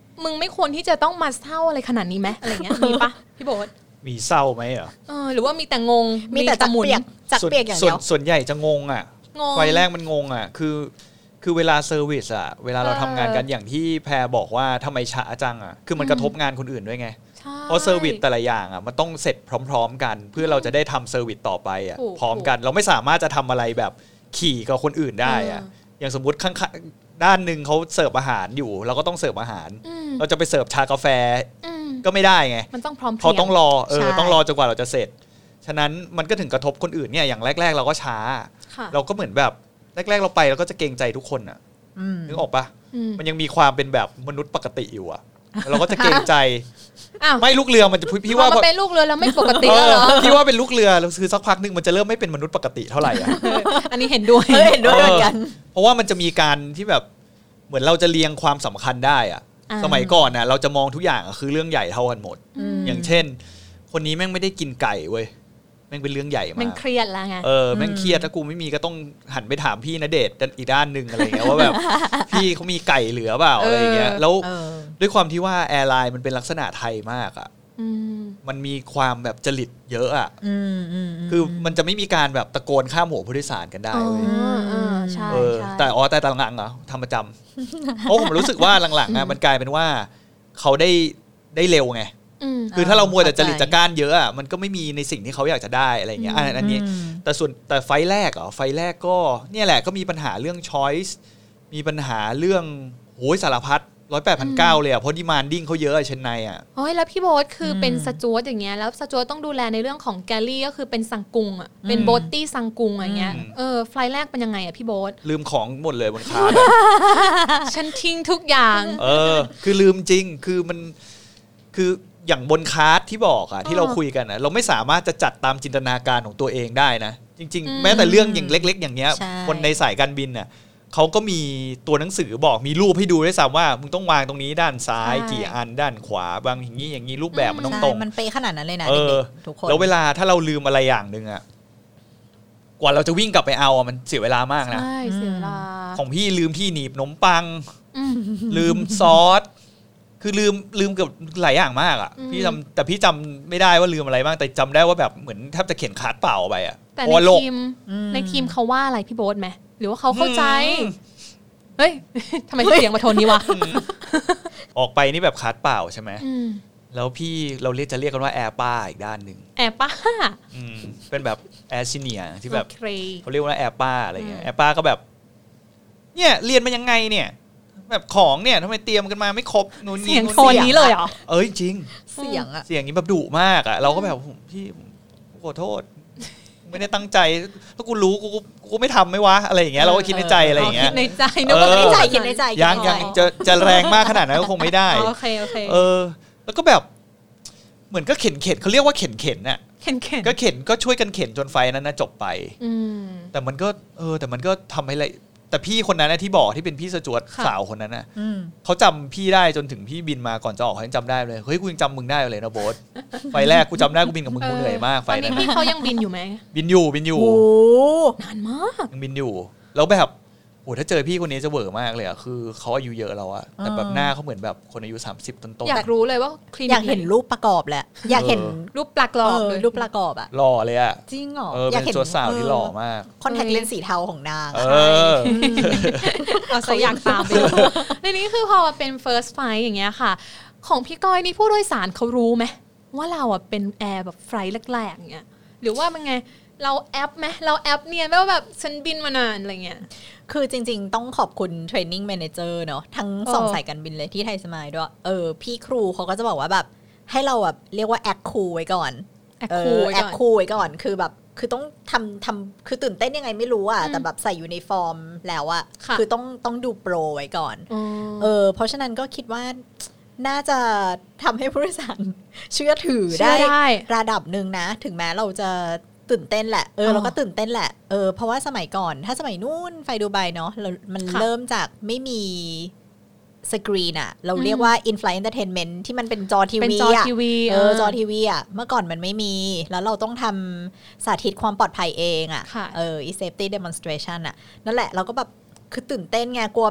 S1: มึงไม่ควรที่จะต้องมาเศร้าอะไรขนาดนี้ไหมอะไรเงี้ยมีปะพี่โบ๊ท
S2: มีเศร้าไหมอ่ะ
S1: หรือว่ามีแต่งง
S3: มีแต่จักเปียกอย่างเดียว
S2: ส่วนใหญ่จะงงอ่ะไฟแรกมันงงอ่ะคือเวลาเซอร์วิสอ่ะเวลาเราทำงานกันอย่างที่แพรบอกว่าทำไมช้าจังอ่ะคือมันกระทบงานคนอื่นด้วยไงเพราะเซอร์วิสแต่ละอย่างอ่ะมันต้องเสร็จพร้อมๆกันเพื่อเราจะได้ทำเซอร์วิสต่อไปอ่ะพร้อมกันเราไม่สามารถจะทำอะไรแบบขี่กับคนอื่นได้อ่ะอย่างสมมติข้างด้านหนึ่งเขาเสิร์ฟอาหารอยู่เราก็ต้องเสิร์ฟอาหารเราจะไปเสิร์ฟชากาแฟก็ไม่ได้ไง
S1: มันต้องพร้อม
S2: เขาต้องรอต้องรอจนกว่าเราจะเสร็จฉะนั้นมันก็ถึงกระทบคนอื่นเนี่ยอย่างแรกๆเราก็ช้าเราก็เหมือนแบบแรกๆเราไปเราก็จะเกรงใจทุกคนอ่ะนึกออกปะมันยังมีความเป็นแบบมนุษย์ปกติอยู่อ่ะเราก็จะเกรงใจไม่ลูกเรือมันจะพี่ว่า
S1: เป็นลูกเรือแล้วไม่ปกติแล้วเหรอ
S2: พี่ว่าเป็นลูกเรือแล้วคือสักพักนึงมันจะเริ่มไม่เป็นมนุษย์ปกติเท่าไหร่อ่ะ
S1: อันนี้เห็นด้วย
S3: เหมือนกัน
S2: เพราะว่ามันจะมีการที่แบบเหมือนเราจะเรียงความสำคัญได้อ่ะสมัยก่อนนะเราจะมองทุกอย่างคือเรื่องใหญ่เท่ากันหมดอย่างเช่นคนนี้แม่งไม่ได้กินไก่เว้ยแม่งเป็นเรื่องใหญ่มาก
S1: แม่งเครียดแล้วไง
S2: แม่งเครียดถ้ากูไม่มีก็ต้องหันไปถามพี่ณเดชน์อีกด้านนึงอะไรเงี้ยว่าแบบพี่เขามีไก่เหลือเปล่าอะไรเงี้ยแล้วด้วยความที่ว่าแอร์ไลน์มันเป็นลักษณะไทยมากอ่ะมันมีความแบบจริตเยอะอ่ะคือมันจะไม่มีการแบบตะโกนข้ามหัวผู้โดยสารกันได้เลย
S1: ใช่
S2: แต่หลังๆเหรอทำประจำเพราะผมรู้สึกว่าหลังๆอ่ะมันกลายเป็นว่าเขาได้เร็วไงคือถ้าเรามัวแต่จริตจักรเยอะอ่ะมันก็ไม่มีในสิ่งที่เขาอยากจะได้อะไรเงี้ยอันนี้แต่ไฟแรกก็เนี่ยแหละก็มีปัญหาเรื่อง choice มีปัญหาเรื่องโหยสารพัด108,900เลยอ่ะเพราะดีมานดิ้งเขาเยอะเชนไนอ่ะ
S1: โอ้ยแล้วพี่โบ๊ทคือเป็นสจ๊วตอย่างเงี้ยแล้วสจ๊วตต้องดูแลในเรื่องของแกลลี่ก็คือเป็นซังกุงอ่ะเป็นโบ๊ทตี้ซังกุงอย่างเงี้ยไฟล์แรกเป็นยังไงอ่ะพี่โบ๊ท
S2: ลืมของหมดเลยบนคาร์ด
S1: ฉันทิ้งทุกอย่าง
S2: คือลืมจริงคือมันคืออย่างบนคาร์ดที่บอกอ่ะที่เราคุยกันนะเราไม่สามารถจะจัดตามจินตนาการของตัวเองได้นะจริงๆแม้แต่เรื่องอย่างเล็กๆอย่างเงี้ยคนในสายการบินน่ะเขาก็มีตัวหนังสือบอกมีรูปให้ดูด้วยซ้ำว่ามึงต้องวางตรงนี้ด้านซ้ายกี่อันด้านขวาบางอย่างนี้รูปแบบมันต้องตรง
S3: มันเป๊ะขนาดนั้นเลยนะทุกคน
S2: แล้วเวลาถ้าเราลืมอะไรอย่างนึงอ่ะกว่าเราจะวิ่งกลับไปเอามันเสียเวลามากนะ
S1: ใช่เสียเวลา
S2: ของพี่ลืมที่หนีบขนมปังลืมซอสคือลืมเกือบหลายอย่างมากอ่ะแต่พี่จำไม่ได้ว่าลืมอะไรบ้างแต่จำได้ว่าแบบเหมือนแทบจะเขียนคาร์ดเปล่าไปอ่ะ
S1: แต่ในทีมเขาว่าอะไรพี่โบ๊ทไหมหรือว่าเขาเข้าใจเฮ้ยทำไมเสียงมาโทนนี้วะ
S2: ออกไปนี่แบบคาร์ดเปล่าใช่ไหมแล้วพี่เราจะเรียกกันว่าแอร์ป้าอีกด้านหนึ่ง
S1: แอร์ป้า
S2: เป็นแบบแอร์ซีเนียที่แบบเขาเรียกว่าแอร์ป้าอะไรเงี้ยแอร์ป้าก็แบบเนี่ยเรียนมายังไงเนี่ยแบบของเนี่ยทำไมเตรียมกันมาไม่ครบ
S1: นู่นนี่เสียงโทนนี้เลยเหรอ
S2: จริง
S3: เสียง
S2: นี้แบบดุมากอ่ะเราก็แบบพี่ขอโทษไม่ได้ตั้งใจถ้ากูรู้กูไม่ทำไม่วะอะไรอย่างเงี้ยเราก็คิดในใจอะไรอย่างเงี้ย
S1: คิดในใจนึกว่าในใจ
S3: คิดในใจ
S2: ยังจะแรงมากขนาดนั้นก็คงไม่ได้
S1: โอเค
S2: แล้วก็แบบเหมือนก็เข็นเขาเรียกว่าเข็นน่ะก็เข็นก็ช่วยกันเข็นจนไฟนั้นนะจบไปแต่มันก็ทำให้อะไรแต่พี่คนนั้นที่บอกที่เป็นพี่สจวตสาวคนนั้นน่ะเขาจำพี่ได้จนถึงพี่บินมาก่อนจะออกเขายังจำได้เลยเฮ้ยกูยังจำมึงได้เลยนะโบ๊ทไฟแรกกูจำได้กูบินกับมึงกูเหนื่อยมากไฟนั้น
S1: ตอนนี้พี่เขายังบินอยู่ไหม
S2: บินอยู่
S1: โอ้นานมาก
S2: ยังบินอยู่แล้วแบบโหถ้าเจอพี่คนนี้จะเวอร์มากเลยอ่ะคือเขาอายุเยอะแล้วอะแต่แบบหน้าเขาเหมือนแบบคนอายุ30ต้นๆ
S1: อยากรู้เลยว่าคลินิก
S3: อยากเห็นรูปประกอบแหละอยากเห็น
S1: รูปประกอบเลย
S3: รูปประกอบอะ
S2: หล่อเลยอะ
S3: จริงเหรอ
S2: อยากเห็นสาวที่หล่อมาก
S3: คอนแทคเลนส์สีเทาของนาง
S1: เอาซะอยากตามไปในนี้คือพอเป็น first flight อย่างเงี้ยค่ะของพี่ก้อยนี่ผู้โดยสารเขารู้ไหมว่าเราอะเป็นแอร์แบบไฟล์แรกๆอย่างเงี้ยหรือว่ามันไงเราแอปไหมเราแอปเนียนไหมว่าแบบฉันบินมานานอะไรเงี้ย
S3: คือจริงๆต้องขอบคุณเทรนนิ่งแมเนเจอร์เนาะทั้ง2สายการบินเลยที่ไทยสมายด้วยพี่ครูเขาก็จะบอกว่าแบบให้เราแบบเรียกว่าแอคคูลไว้ก่อนแอคคูลไว้ก่อนคือแบบคือต้องทำคือตื่นเต้นยังไงไม่รู้อ่ะแต่แบบใส่ยูนิฟอร์มแล้วอ่ะคือต้องดูโปรไว้ก่อนเพราะฉะนั้นก็คิดว่าน่าจะทำให้ผู้โดยสารเชื่อถือได้ระดับนึงนะถึงแม้เราจะตื่นเต้นแหละเราก็ตื่นเต้นแหละเพราะว่าสมัยก่อนถ้าสมัยนู้นไฟดูไบเนาะมันเริ่มจากไม่มีสกรีนอะเราเรียกว่า in-flight entertainment ที่มันเป็นจอทีวีอะจอทีวีอะเมื่อก่อนมันไม่มีแล้วเราต้องทำสาธิตความปลอดภัยเองอะsafety demonstration อะนั่นแหละเราก็แบบคือตื่นเต้นไงกลัวแบบ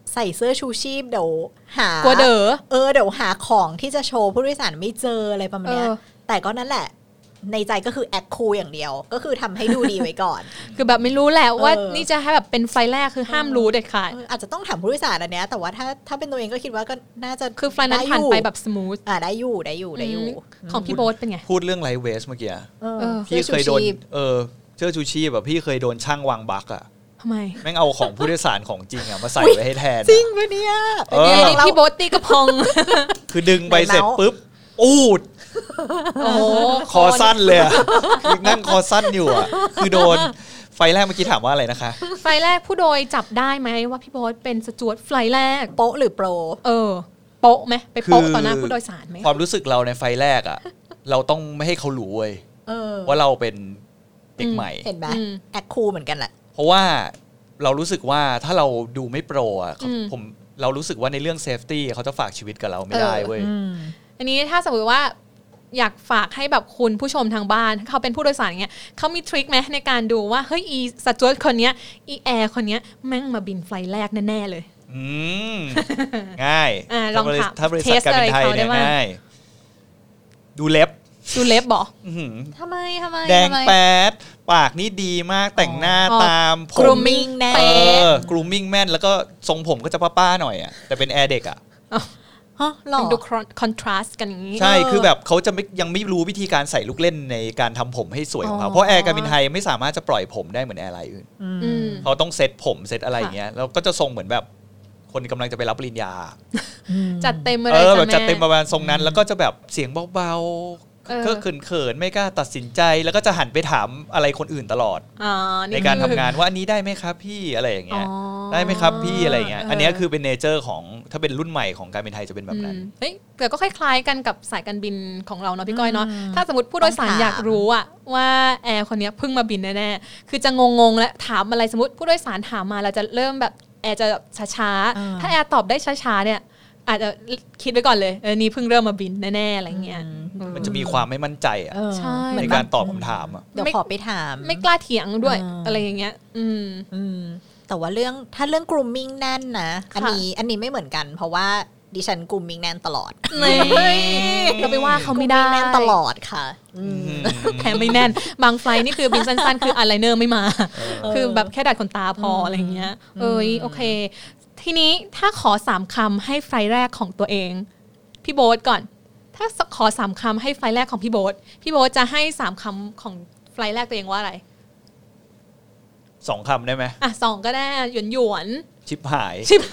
S3: ใส่เสื้อชูชีพเดี๋ยวหาก
S1: ลัวเด้อ
S3: เดี๋ยวหาของที่จะโชว์ผู้โดยสารไม่เจออะไรประมาณนี้แต่ก็นั่นแหละในใจก็คือแอคคูลอย่างเดียวก็คือทำให้ดูดีไว้ก่อน
S1: คือแบบไม่รู้แหละว่านี่จะให้แบบเป็นไฟแรกคือห้ามรู้เด็ดขาด
S3: อาจจะต้องถามผู้โดยสารอันเนี้ยแต่ว่าถ้าเป็นตัวเองก็คิดว่าก็น่าจะ
S1: คือไฟนั้นผ่านไปแบบสมูท
S3: ได้อยู่
S1: ของพี่โบ๊ทเป็นไง
S2: พูดเรื่องไลท์เวสเมื่อกี้พี่เคยโดนเสื้อชูชีพแบบพี่เคยโดนช่างวางบั๊กอะ
S1: ทำไม
S2: แม่งเอาของผู้โดยสารของจริงอะมาใส่ไว้ให้แทน
S3: จริงปะเนี่ย
S1: พี่โบ๊ทตีกระพอง
S2: คือดึงไปเสร็จปุ๊บอูดคอสั้นเลยอะนั่งคอสั้นอยู่อะคือโดนไฟแรกเมื่อกี้ถามว่าอะไรนะคะ
S1: ไฟแรกผู้โดยจับได้ไหมว่าพี่โบ๊ทเป็นสจ๊วตไฟแรก
S3: โป๊ะหรือโปร
S1: โป๊ะไหมไปโป๊ะต่อหน้าผู้โดยสารไหม
S2: ความรู้สึกเราในไฟแรกอะเราต้องไม่ให้เขารู้เว้ยว่าเราเป็นเด็กใหม่
S3: เห็นไหมแอคคูลเหมือนกันแหละ
S2: เพราะว่าเรารู้สึกว่าถ้าเราดูไม่โปรอะเรารู้สึกว่าในเรื่องเซฟตี้เขาจะฝากชีวิตกับเราไม่ได้เว้ย
S1: อันนี้ถ้าสมมติว่าอยากฝากให้แบบคุณผู้ชมทางบ้านเขาเป็นผู้โดยสารอย่างเงี้ยเขามีทริคไหมในการดูว่าเฮ้ยอีสจ๊วตคนเนี้ยอีแอร์คนเนี้ยแม่งมาบินไฟแรกแน่ๆเลย
S2: ง่าย
S1: ลองถาม
S2: ถ้าบริษัทการบินไทยเนี่ยง่ายดูเล็บ
S1: บอก
S3: ทำไม
S2: แดงแป๊ดปากนี่ดีมากแต่งหน้าตาม
S1: ผม grooming แน่
S2: grooming แม่นแล้วก็ทรงผมก็จะป้าๆหน่อยอ่ะแต่เป็นแอร์เด็กอ่ะ
S1: ดูคอนทราสต์กันอย่างนี้
S2: ใช่คือแบบเขาจะยังไม่รู้วิธีการใส่ลูกเล่นในการทำผมให้สวยของเขาเพราะแอร์การบินไทยไม่สามารถจะปล่อยผมได้เหมือนแอร์ไลน์อื่นเขาต้องเซ็ตผมเซ็ตอะไรอย่างเงี้ยแล้วก็จะทรงเหมือนแบบคนกำลังจะไปรับปริญญา
S1: จัดเต็มอะไร
S2: แบบจัดเต็มประมาณทรงนั้นแล้วก็จะแบบเสียงเบาก็เขินๆไม่กล้าตัดสินใจแล้วก็จะหันไปถามอะไรคนอื่นตลอดในการทำงานว่าอันนี้ได้ไหมครับพี่อะไรอย่างเงี้ยได้ไหมครับพี่อะไรอย่างเงี้ยอันนี้คือเป็นเนเจอร์ของถ้าเป็นรุ่นใหม่ของการบินไทยจะเป็นแบบนั้น
S1: เฮ้ยแต่ก็คล้ายๆกันกับสายการบินของเราเนาะพี่ก้อยเนาะถ้าสมมติผู้โดยสารอยากรู้อะว่าแอร์คนนี้เพิ่งมาบินแน่ๆคือจะงงๆและถามอะไรสมมติผู้โดยสารถามมาเราจะเริ่มแบบแอร์จะช้าๆถ้าแอร์ตอบได้ช้าๆเนี่ยอาจจะคิดไว้ก่อนเลยนี่เพิ่งเริ่มมาบินแน่ๆอะไรเงี้ย
S2: มันจะมีความไม่มั่นใจอ่ะในการตอบคำถามอ่ะ
S3: เดี๋ยวขอไปถาม
S1: ไม่กล้าเถียงด้วยอะไรอย่างเงี้ย
S3: แต่ว่าถ้าเรื่อง grooming แน่นนะอันนี้ไม่เหมือนกันเพราะว่าดิฉัน grooming แน่นตลอด
S1: เราไปว่าเขาไม่ได้
S3: แน่นตลอดค่ะ
S1: แถมไม่แน่นบางไฟล์นี่คือบินสั้นๆคืออายไลเนอร์ไม่มาคือแบบแค่ดัดขนตาพออะไรเงี้ยโอเคทีนี้ถ้าขอ3คำให้ไฟล์แรกของตัวเองพี่โบ๊ทก่อนถ้าขอ3คำให้ไฟล์แรกของพี่โบ๊ทจะให้3คำของไฟล์แรกตัวเองว่าอะไร
S2: 2คำได้ไหม
S1: 2ก็ได้หยวน
S2: ชิบหาย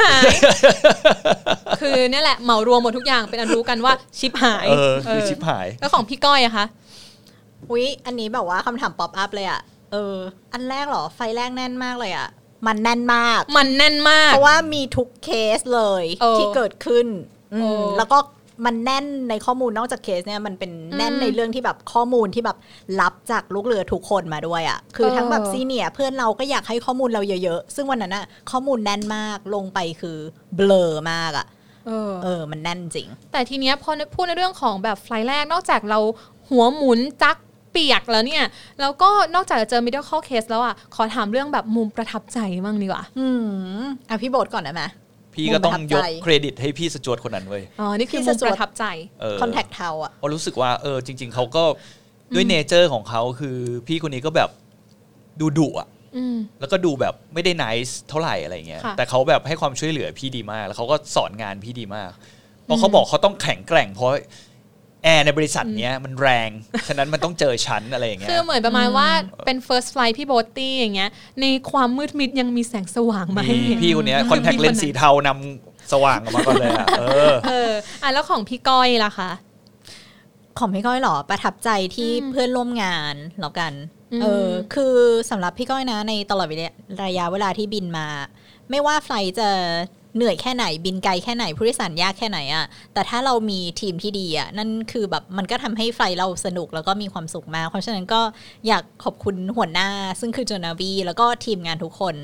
S1: คือเนี่ยแหละเหมารวมหมดทุกอย่างเป็นอันรู้กันว่าชิบหาย
S2: คือชิบหาย
S1: แล้วของพี่ก้อยอะคะ
S3: อันนี้แบบว่าคำถามป๊อปอัพเลยอะอันแรกเหรอไฟล์แรกแน่นมากเลยอะมันแน่นมากเพราะว่ามีทุกเคสเลยที่เกิดขึ้นแล้วก็มันแน่นในข้อมูลนอกจากเคสเนี่ยมันเป็นแน่นในเรื่องที่แบบข้อมูลที่แบบรับจากลูกเรือทุกคนมาด้วยอ่ะคือทั้งแบบซีเนียร์เพื่อนเราก็อยากให้ข้อมูลเราเยอะๆซึ่งวันนั้นน่ะข้อมูลแน่นมากลงไปคือเบลอมากอ่ะมันแน่นจริง
S1: แต่ทีเนี้ยพอพูดในเรื่องของแบบไฟล์แรกนอกจากเราหัวหมุนจักเปียกแล้วเนี่ยแล้วก็นอกจากจะเจอ medical case แล้วอ่ะขอถามเรื่องแบบมุมประทับใจบ้างดีกว่า
S3: พี่โบ๊ทก่อนได้ไหม
S2: พี่ก็ต้องยกเครดิตให้พี่สจวตคนนั้นเว้ย
S1: นี่คือมุมประทับใจ
S3: คอนแทคเทาอ่ะ
S2: เพราะรู้สึกว่าจริงๆเขาก็ด้วยเนเจอร์ของเขาคือพี่คนนี้ก็แบบดูดุอ่ะแล้วก็ดูแบบไม่ได้ไนซ์เท่าไหร่อะไรเงี้ยแต่เขาแบบให้ความช่วยเหลือพี่ดีมากแล้วเขาก็สอนงานพี่ดีมากเพราะเขาบอกเขาต้องแข็งแกร่งเพราะแอร์ในบริษัทเนี้ยมันแรงฉะนั้นมันต้องเจอชั้นอะไรอย่างเงี้ย
S1: คือเหมือนประมาณว่าเป็น first flight พี่โบ๊ทตี้อย่างเงี้ยในความมืดมิดยังมีแสงสว่างมาให้
S2: พี่คนนี้คอนแทคเลนส์สีเทานำสว่างออกมาก่อนเลย
S1: แล้วของพี่ก้อยล่ะคะ
S3: ของพี่ก้อยหรอประทับใจที่เพื่อนร่วมงานแล้วกันคือสำหรับพี่ก้อยนะในตลอดระยะเวลาที่บินมาไม่ว่าไฟล์จะเหนื่อยแค่ไหนบินไกลแค่ไหนผู้โดยสารยากแค่ไหนอะแต่ถ้าเรามีทีมที่ดีอะนั่นคือแบบมันก็ทำให้ไฟล์เราสนุกแล้วก็มีความสุขมากเพราะฉะนั้นก็อยากขอบคุณหัวหน้าซึ่งคือโจนาวีแล้วก็ทีมงานทุกคน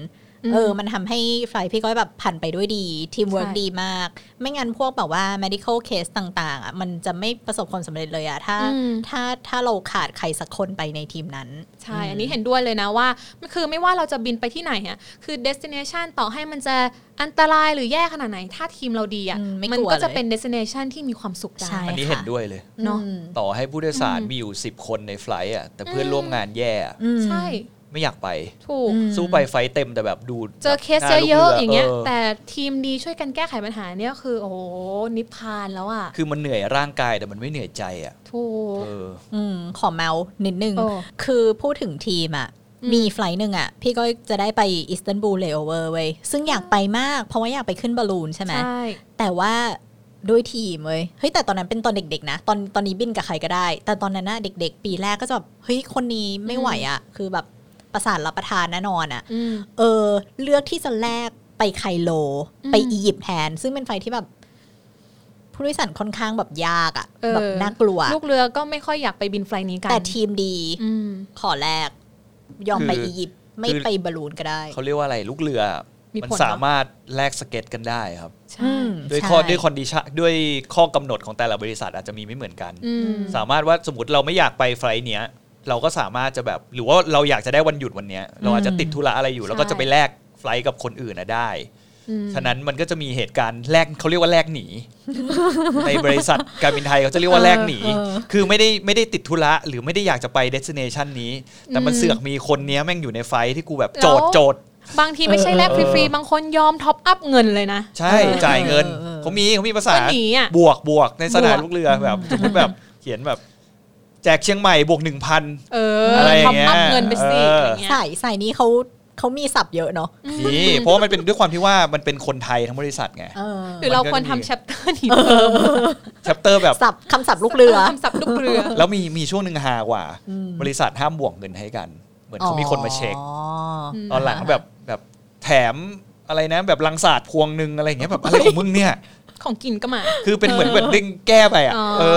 S3: มันทำให้ไฟล์พี่ก้อยแบบผ่านไปด้วยดีทีมเวิร์กดีมากไม่งั้นพวกแบบว่า medical case ต่างๆอ่ะมันจะไม่ประสบความสำเร็จเลยอ่ะถ้าเราขาดใครสักคนไปในทีมนั้น
S1: ใช่อันนี้เห็นด้วยเลยนะว่าคือไม่ว่าเราจะบินไปที่ไหนอ่ะคือ destination ต่อให้มันจะอันตรายหรือแย่ขนาดไหนถ้าทีมเราดีอ่ะมันก็จะเป็น destination ที่มีความสุขได้
S2: อันนี้เห็นด้วยเลย
S1: เนาะ
S2: ต่อให้ผู้โดยสารมีอยู่10คนในไฟล์อ่ะแต่เพื่อนร่วมงานแย่
S1: ใช่
S2: ไม่อยากไป
S1: ถูก
S2: สู้ไปไฟเต็มแต่แบบดู
S1: เจอเคสเยอะๆอย่างเงี้ยแต่ทีมดีช่วยกันแก้ไขปัญหาเนี่ยคือโอ้นิพพานแล้วอ่ะ
S2: คือมันเหนื่อยร่างกายแต่มันไม่เหนื่อยใจอ่ะ
S1: ถูก
S3: ขอเมาส์นิดนึงคือพูดถึงทีมอ่ะมีไฟล์นึงอ่ะพี่ก็จะได้ไปอิสตันบูลเลโอเวอร์เว้ยซึ่งอยากไปมากเพราะว่าอยากไปขึ้นบอลลูนใช่ไหมแต่ว่าด้วยทีมเว้ยเฮ้ยแต่ตอนนั้นเป็นตอนเด็กๆนะตอนนี้บินกับใครก็ได้แต่ตอนนั้นน่ะเด็กๆปีแรกก็จะแบบเฮ้ยคนนี้ไม่ไหวอ่ะคือแบบประสานรับประทานแน่นอนอ่ะเลือกที่จะแลกไปไคโลไปอียิปต์แทนซึ่งเป็นไฟที่แบบผู้โดยสารค่อนข้างแบบยากอ่ะแบบน่ากลัว
S1: ลูกเรือก็ไม่ค่อยอยากไปบินไฟล์นี้กัน
S3: แต่ทีมดีขอแลกยอมไปอียิปต์ไม่ไปบอลลูนก็ได้
S2: เขาเรียกว่าอะไรลูกเรือมันสามารถแลกสเก็ตกันได้ครับด้วยคอนดิชั่นด้วยข้อกำหนดของแต่ละบริษัทอาจจะมีไม่เหมือนกันสามารถว่าสมมติเราไม่อยากไปไฟล์เนี้ยเราก็สามารถจะแบบหรือว่าเราอยากจะได้วันหยุดวันนี้เราอาจจะติดธุระอะไรอยู่แล้วก็จะไปแลกไฟล์กับคนอื่นได้ฉะนั้นมันก็จะมีเหตุการณ์แลกเขาเรียกว่าแลกหนีในบริษัทการบินไทยเขาจะเรียกว่าแลกหนีคือไม่ได้ติดธุระหรือไม่ได้อยากจะไปเดสติเนชันนี้แต่มันเสือกมีคนนี้แม่งอยู่ในไฟล์ที่กูแบบโจทย์
S1: บางทีไม่ใช่แลกฟรีๆบางคนยอมท็อปอัพเงินเลยนะ
S2: ใช่จ่ายเงินเขามีภาษาบวกในสนามลูกเรือแบบสมมติแบบเขียนแบบแจกเชียงใหม่บวก 1,000 อะไรอย่างเงี้ย
S1: ท็อปอัพเงินไปสิ
S3: สายนี้เขามีศัพท์เยอะเนาะ
S2: นี่เพราะมันเป็นด้วยความที่ว่ามันเป็นคนไทยทั้งบริษัทไง
S1: หรือเราควรทำแชปเตอร์นี้เพิ่ม
S2: แชปเตอร์แบบ
S3: คำศัพท์ลูกเรือ
S1: คำศัพท์ลูกเรือ
S2: แล้วมีช่วงนึงฮากว่าบริษัทห้ามบวกเงินให้กันเหมือนเขามีคนมาเช็คตอนหลังแบบแถมอะไรนะแบบลังสาดพวงนึงอะไรอย่างเงี้ยแบบอะไรของมึงเนี่ย
S1: ของกินก็มา
S2: คือเป็นเหมือนแบบดึงแก้ไปอ่ะ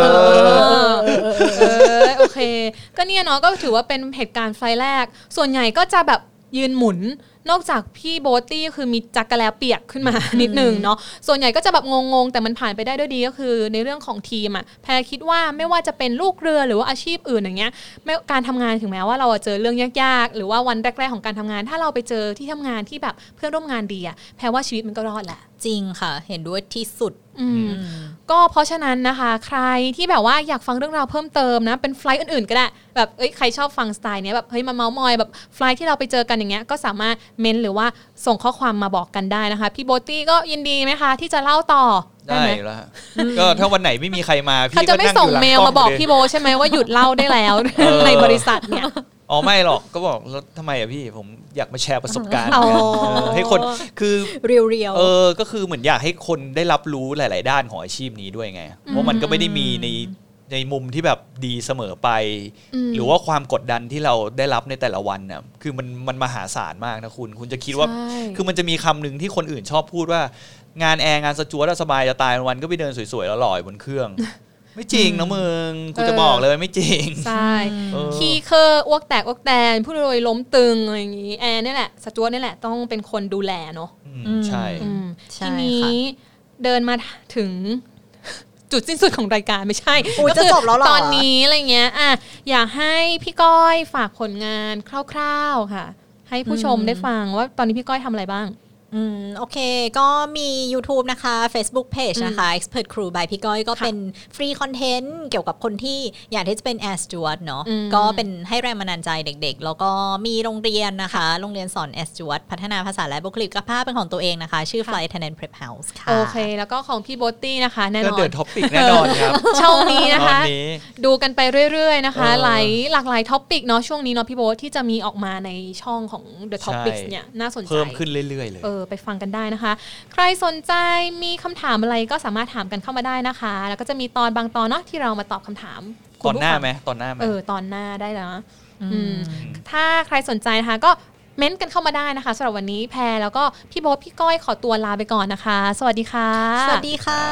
S1: โอเคก็เนี่ยเนาะก็ถือว่าเป็นเหตุการณ์ไฟแรกส่วนใหญ่ก็จะแบบยืนหมุนนอกจากพี่โบตี้คือมีจักรแลเปียกขึ้นมานิดนึงเนาะส่วนใหญ่ก็จะแบบงงๆแต่มันผ่านไปได้ด้วยดีก็คือในเรื่องของทีมอ่ะแพรคิดว่าไม่ว่าจะเป็นลูกเรือหรือว่าอาชีพอื่นอย่างเงี้ยการทำงานถึงแม้ว่าเราเจอเรื่องยากๆหรือว่าวันแรกๆของการทำงานถ้าเราไปเจอที่ทำงานที่แบบเพื่อนร่วมงานดีอ่ะแพรว่าชีวิตมันก็รอดแหละ
S3: จริงค่ะเห็นด้วยที่สุด
S1: ก็เพราะฉะนั้นนะคะใครที่แบบว่าอยากฟังเรื่องราวเพิ่มเติมนะเป็นไฟล์อื่นๆก็ได้แบบใครชอบฟังสไตล์เนี้ยแบบเฮ้ยมาเมาส์มอยแบบไฟล์ที่เราไปเจอกันอย่างเงี้ยก็สามารถเมนหรือว่าส่งข้อความมาบอกกันได้นะคะพี่โบตี้ก็ยินดีไหมคะที่จะเล่าต่อ
S2: ได้แล้วก็ถ้าวันไหนไม่มีใครมาพี่
S1: ก็จะไม่ส่งเมลมาบอกพี่โบใช่ไหมว่าหยุดเล่าได้แล้วในบริษัทเนี่ย
S2: อ๋อไม่หรอกก็บอกแล้วทำไมอะพี่ผมอยากมาแชร์ประสบการณ์ให้คนคือ
S3: เรียว
S2: ก็คือเหมือนอยากให้คนได้รับรู้หลายๆด้านของอาชีพนี้ด้วยไงเพราะมันก็ไม่ได้มีในมุมที่แบบดีเสมอไปหรือว่าความกดดันที่เราได้รับในแต่ละวันน่ะคือมันมหาศาลมากนะคุณจะคิดว่าคือมันจะมีคำหนึ่งที่คนอื่นชอบพูดว่างานแอร์งานสจ๊วตสบายจะตายวันก็ไปเดินสวยๆแล้วลอยบนเครื่องไม่จริงนะมึงกูจะบอกเลยไม่จริง
S1: ใช่ขี้เคออ้วกแตกอ้วกแตนผู้โดยล้มตึงอะไรอย่างงี้แอร์นี่แหละสจ๊วตนี่แหละต้องเป็นคนดูแลเนาะ
S2: ใช่
S1: ทีนี้เดินมาถึงจุดสิ้นสุดของรายการไม่ใช่
S3: ก็คือ
S1: ตอนนี้อะไรเงี้ยอยากให้พี่ก้อยฝากผลงานคร่าวๆค่ะให้ผู้ชมได้ฟังว่าตอนนี้พี่ก้อยทำอะไรบ้าง
S3: โอเคก็มี YouTube นะคะ Facebook Page นะคะ Expert Crew by พี่ก้อยก็เป็นฟรีคอนเทนต์เกี่ยวกับคนที่อยากที่จะเป็น Air Steward เนาะก็เป็นให้แรงบันดาลใจเด็กๆแล้วก็มีโรงเรียนนะคะโรงเรียนสอน Air Steward พัฒนาภาษาและบุคลิกภาพเป็นของตัวเองนะคะชื่อ Flight Attendant Prep House ค่ะ
S1: โอเคแล้วก็ของพี่โบตี้นะคะแน่นอน
S2: ก็เดินท็อปิกแน่นอนครับ
S1: ช่องนี้นะคะดูกันไปเรื่อยๆนะคะหลากหลายท็อปิกเนาะช่วงนี้เนาะพี่โบที่จะมีออกมาในช่องของ The Topics เนี่ยน่าสนใจ
S2: เพิ่มขึ้นเรื่อยๆเลย
S1: ไปฟังกันได้นะคะใครสนใจมีคำถามอะไรก็สามารถถามกันเข้ามาได้นะคะแล้วก็จะมีตอนบางตอนเนาะที่เรามาตอบคำถาม
S2: ตอนหน้าไหมตอนหน้า
S1: ตอนหน้าได้แล้วถ้าใครสนใจนะคะก็เม้นต์กันเข้ามาได้นะคะสำหรับวันนี้แพรแล้วก็พี่โบ๊ทพี่ก้อยขอตัวลาไปก่อนนะคะสวัสดีค่ะ
S3: สวัสดีค่ะ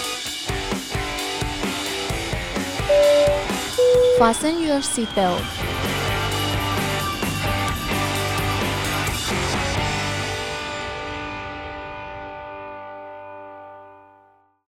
S1: Fasten your seatbelt